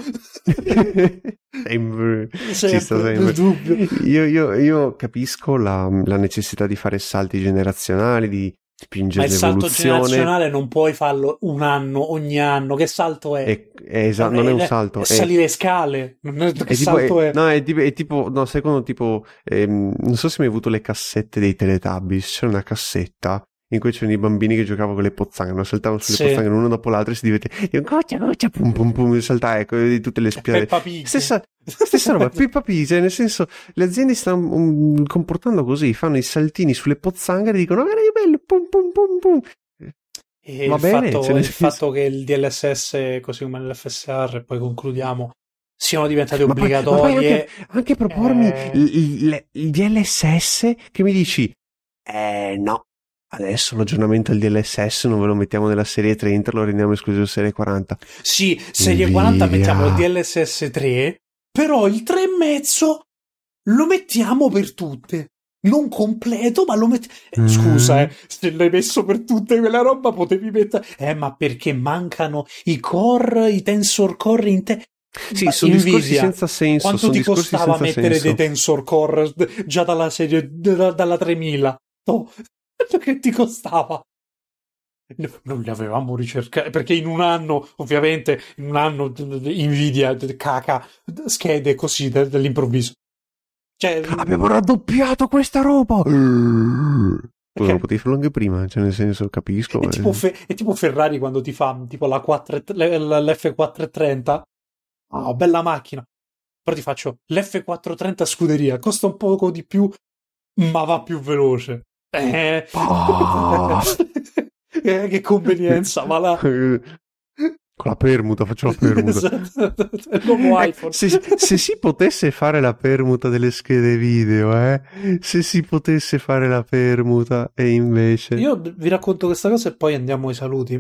sempre, ci Sempre, sta nel sempre. dubbio. Io, io, io capisco la, la necessità di fare salti generazionali, di Ma spingere il salto l'evoluzione. generazionale non puoi farlo un anno, ogni anno. Che salto è? È, è esa- non è un salto, È è, salire scale. Non è, che è tipo, salto è, è? no, è tipo, è tipo, no, secondo tipo, ehm, non so se mi hai avuto le cassette dei Teletubbies, c'era una cassetta in cui c'erano i bambini che giocavano con le pozzanghere, saltavano sulle Sì. pozzanghere uno dopo l'altro e si divertivano, goccia, goccia, pum, pum, pum, saltava, ecco, di tutte le spiagge. Peppa Pig. Stessa, stessa roba, Peppa Pig, cioè, nel senso, le aziende stanno um, comportando così, fanno i saltini sulle pozzanghere e dicono, guarda che bello, pum, pum, pum, pum. E Va il, bene, fatto, cioè, nel il senso- fatto che il D L S S, così come l'F S R, e poi concludiamo, siano diventate Ma poi, ma poi obbligatorie. anche, anche propormi eh, il, il- il D L S S che mi dici, eh no, adesso l'aggiornamento al D L S S non ve lo mettiamo nella serie trenta, lo rendiamo esclusivo serie quaranta. Sì, serie Nvidia. quaranta mettiamo il D L S S tre, però il tre e mezzo lo mettiamo per tutte. Non completo, ma lo mettiamo. Mm. Scusa, eh, se l'hai messo per tutte quella roba potevi mettere. Eh, ma perché mancano i core, i tensor core in te. Sì, Ma sono discorsi Nvidia, senza senso. Quanto sono ti discorsi costava senza mettere senso. dei tensor core d- già dalla serie d- dalla tremila? No, che ti costava? No, non li avevamo ricercati perché in un anno, ovviamente, in un anno d- d- Nvidia d- caca d- schede così d- dall'improvviso. Cioè, abbiamo raddoppiato questa roba. Perché... non potevi farlo anche prima, cioè nel senso capisco. È, eh. tipo, Fe- è tipo Ferrari quando ti fa tipo la quattro, l'F quattrocentotrenta. Oh, bella macchina. Però ti faccio l'F quattrocentotrenta scuderia, costa un poco di più, ma va più veloce. Eh. Ah. eh, che convenienza, ma la... Con la permuta, faccio la permuta. Esatto. Il nuovo iPhone. Se, se si potesse fare la permuta delle schede video, eh? Se si potesse fare la permuta e invece... Io vi racconto questa cosa e poi andiamo ai saluti.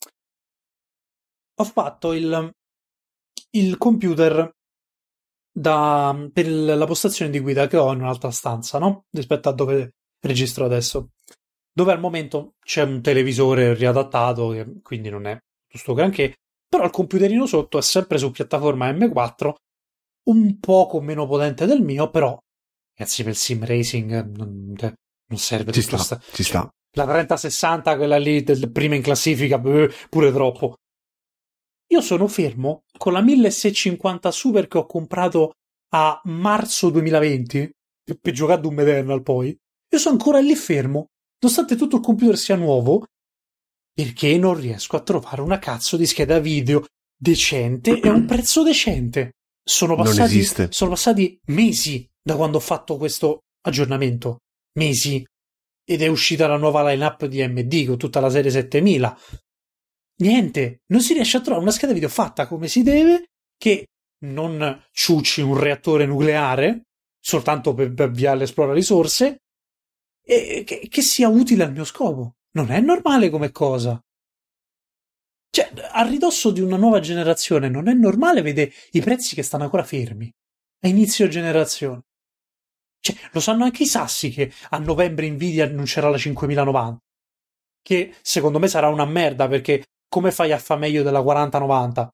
Ho fatto il, il computer da, per la postazione di guida che ho in un'altra stanza, no? Rispetto a dove registro adesso. Dove al momento c'è un televisore riadattato, che quindi non è giusto granché. Però il computerino sotto è sempre su piattaforma M quattro, un poco meno potente del mio, però ragazzi, per il sim racing non, non serve ci tutto sta, sta... ci sta. La trenta sessanta, quella lì del prima in classifica, pure troppo. Io sono fermo con la milleseicentoscinquanta Super che ho comprato a marzo duemilaventi, per giocare a Doom Eternal poi. Io sono ancora lì fermo, nonostante tutto il computer sia nuovo, perché non riesco a trovare una cazzo di scheda video decente e a un prezzo decente. Sono passati, sono passati mesi da quando ho fatto questo aggiornamento. Mesi. Ed è uscita la nuova line-up di A M D con tutta la serie settemila. Niente. Non si riesce a trovare una scheda video fatta come si deve, che non ciucci un reattore nucleare, soltanto per, per avviare l'esplora risorse, e che, che sia utile al mio scopo. Non è normale come cosa. Cioè, a ridosso di una nuova generazione, non è normale vedere i prezzi che stanno ancora fermi. A inizio generazione. Cioè, lo sanno anche i sassi che a novembre Nvidia annuncerà la cinquemilanovanta. Che secondo me sarà una merda, perché come fai a fa meglio della quaranta novanta?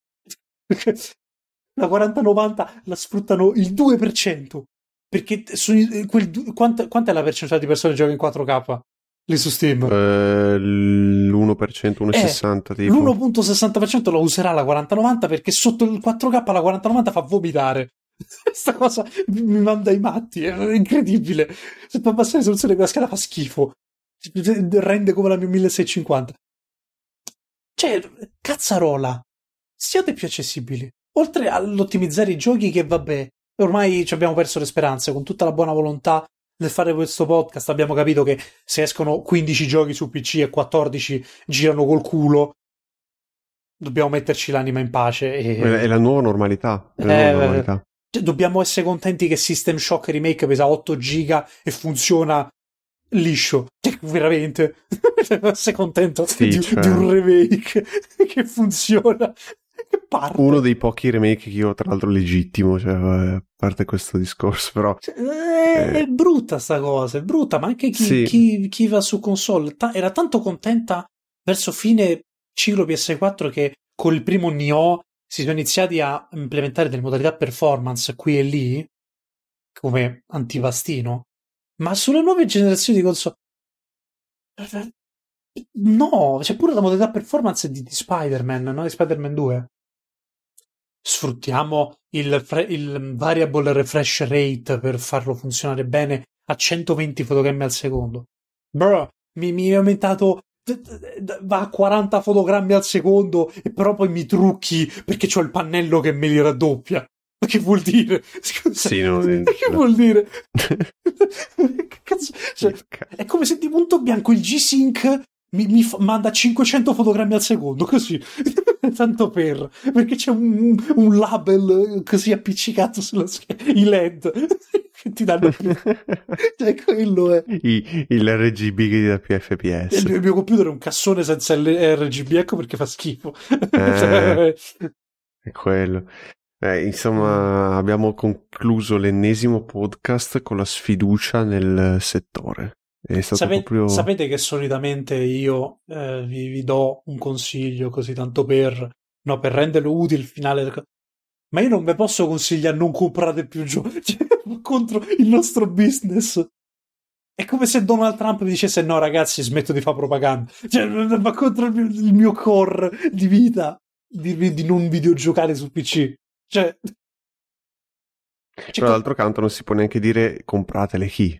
La quaranta novanta la sfruttano il due per cento. Perché sono quel, quanta, quanta è la percentuale di persone che giocano in quattro K? Lì su Steam? Uh, l'uno per cento, uno virgola sessanta eh, tipo. l'uno virgola sessanta per cento lo userà la quaranta novanta, perché sotto il quattro K la quaranta novanta fa vomitare. Questa cosa mi manda ai matti, è incredibile. Se per abbassare la risoluzione quella scheda fa schifo, rende come la mia milleseicentoscinquanta. Cioè, cazzarola, siate più accessibili. Oltre all'ottimizzare i giochi, che vabbè, ormai ci abbiamo perso le speranze. Con tutta la buona volontà nel fare questo podcast abbiamo capito che se escono quindici giochi su P C e quattordici girano col culo, dobbiamo metterci l'anima in pace. E... è la nuova normalità. È la eh, nuova normalità. Dobbiamo essere contenti che System Shock Remake pesa otto giga e funziona liscio. Cioè, veramente. Sei contento sì, di, cioè... di un remake che funziona? Parte. Uno dei pochi remake che io tra l'altro legittimo, cioè, a parte questo discorso, però cioè, è, è brutta sta cosa, è brutta, ma anche chi, sì. chi, chi va su console ta- era tanto contenta verso fine ciclo P S quattro che col primo Nioh si sono iniziati a implementare delle modalità performance qui e lì come antivastino, ma sulle nuove generazioni di console no, c'è pure la modalità performance di, di Spider-Man, no? Di Spider-Man due. Sfruttiamo il, fre- il variable refresh rate per farlo funzionare bene a centoventi fotogrammi al secondo. Bro, mi, mi è aumentato, va a quaranta fotogrammi al secondo e però poi mi trucchi perché c'ho il pannello che me li raddoppia. Ma che vuol dire? Scusa, sì, no, che no. Vuol dire? Cazzo, cioè, è come se di punto bianco il G-Sync mi, mi fa, manda cinquecento fotogrammi al secondo, così. Tanto per, perché c'è un, un label così appiccicato sulla scheda, i L E D che ti danno più. Cioè, quello è I, il R G B che ti dà più F P S. Il mio, il mio computer è un cassone senza il R G B, ecco perché fa schifo. Eh, è quello. Eh, insomma, abbiamo concluso l'ennesimo podcast con la sfiducia nel settore. È stato Sapete, proprio... sapete che solitamente io eh, vi, vi do un consiglio così tanto per, no, per renderlo utile il finale, ma io non vi posso consigliare non comprate più giochi, cioè, contro il nostro business. È come se Donald Trump mi dicesse no ragazzi smetto di fare propaganda, cioè, va contro il mio, il mio core di vita di, di non videogiocare su P C. Cioè Cioè, Però d'altro canto non si può neanche dire comprate le key.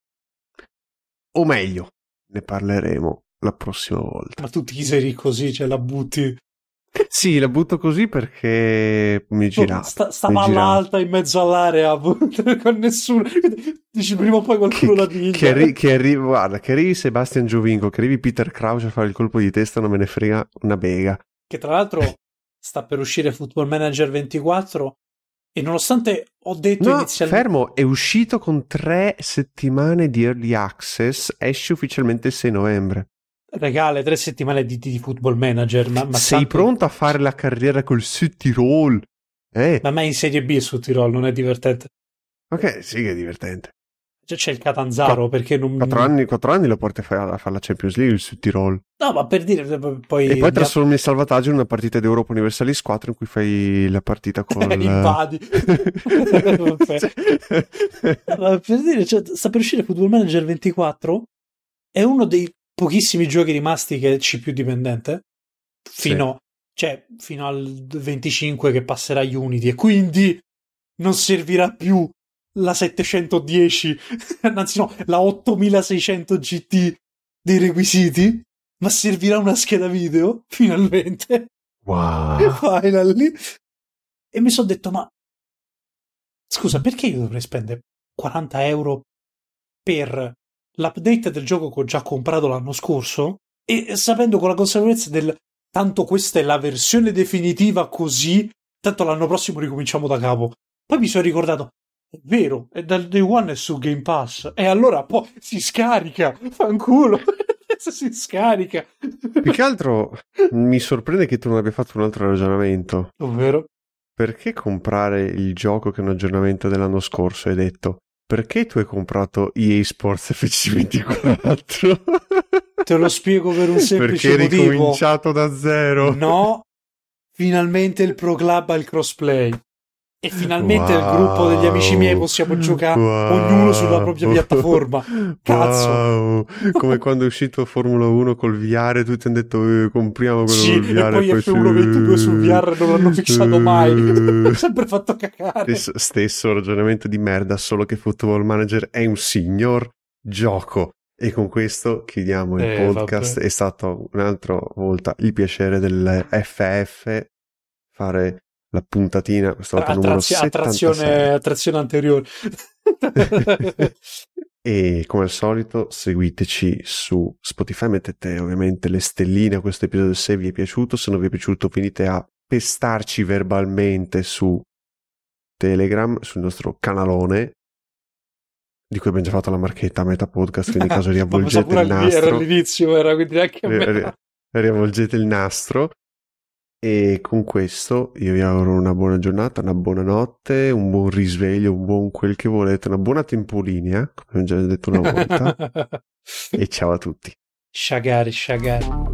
O meglio, ne parleremo la prossima volta. ma tu teaseri così, cioè la butti. Sì, la butto così perché mi gira. Sta, sta palla alta in mezzo all'area con nessuno. Dici prima o poi qualcuno che, la piglia. Che, arri- che arrivi, guarda, che arrivi Sebastian Giovinco, che arrivi Peter Crouch a fare il colpo di testa, non me ne frega una bega. Che tra l'altro sta per uscire Football Manager ventiquattro e nonostante ho detto no, inizialmente... fermo, è uscito con tre settimane di early access, esce ufficialmente il sei novembre. Regale tre settimane di, di Football Manager, ma, ma sei tanto... pronto a fare la carriera col Südtirol? Eh? Ma mai in Serie B su Tirol non è divertente. Ok, sì che è divertente. Cioè, c'è il Catanzaro Qu- perché non... Quattro anni, quattro anni lo porti a fare, a fare la Champions League il Südtirol. No, ma per dire... Poi e poi trasformi il salvataggio in una partita di Europa Universalis quattro in cui fai la partita con... invadi. Ma per dire, cioè, sta per uscire Football Manager ventiquattro, è uno dei pochissimi giochi rimasti che è C più dipendente fino, sì. cioè, fino al venticinque che passerà Unity e quindi non servirà più la settecentodieci anzi no, la ottomilaseicento G T dei requisiti, ma servirà una scheda video finalmente. Wow. Finally. E mi sono detto, ma scusa, perché io dovrei spendere quaranta euro per l'update del gioco che ho già comprato l'anno scorso e sapendo con la consapevolezza del tanto questa è la versione definitiva, così tanto l'anno prossimo ricominciamo da capo. Poi mi sono ricordato, è vero, è dal day one è su Game Pass e allora poi si scarica, fanculo. Si scarica. Più che altro mi sorprende che tu non abbia fatto un altro ragionamento, ovvero perché comprare il gioco che è un aggiornamento dell'anno scorso? Hai detto, perché tu hai comprato E A Sports F C ventiquattro? Te lo spiego per un semplice perché motivo. Perché hai ricominciato da zero? No, finalmente il Pro Club ha il crossplay. E finalmente wow, il gruppo degli amici miei possiamo giocare wow, ognuno sulla propria piattaforma. Cazzo. Wow. Come quando è uscito Formula uno col V R, tutti hanno detto eh, compriamo quello sì, col V R. E poi F uno ventidue sul V R non l'hanno fissato mai. Sempre fatto cacare. Stesso, stesso ragionamento di merda, solo che Football Manager è un signor gioco. E con questo chiudiamo il eh, podcast. vabbè. È stato un'altra volta il piacere del F F fare la puntatina, questa volta numero attrazione, attrazione anteriore. E come al solito seguiteci su Spotify, mettete ovviamente le stelline a questo episodio se vi è piaciuto, se non vi è piaciuto venite a pestarci verbalmente su Telegram, sul nostro canalone di cui abbiamo già fatto la marchetta a metà podcast, quindi in caso riavvolgete il nastro, era all'inizio, era quindi neanche a metà. riavvolgete il nastro. E con questo io vi auguro una buona giornata, una buona notte, un buon risveglio, un buon quel che volete, una buona tempolinea, come ho già detto una volta. E ciao a tutti. Sciagari, sciagari.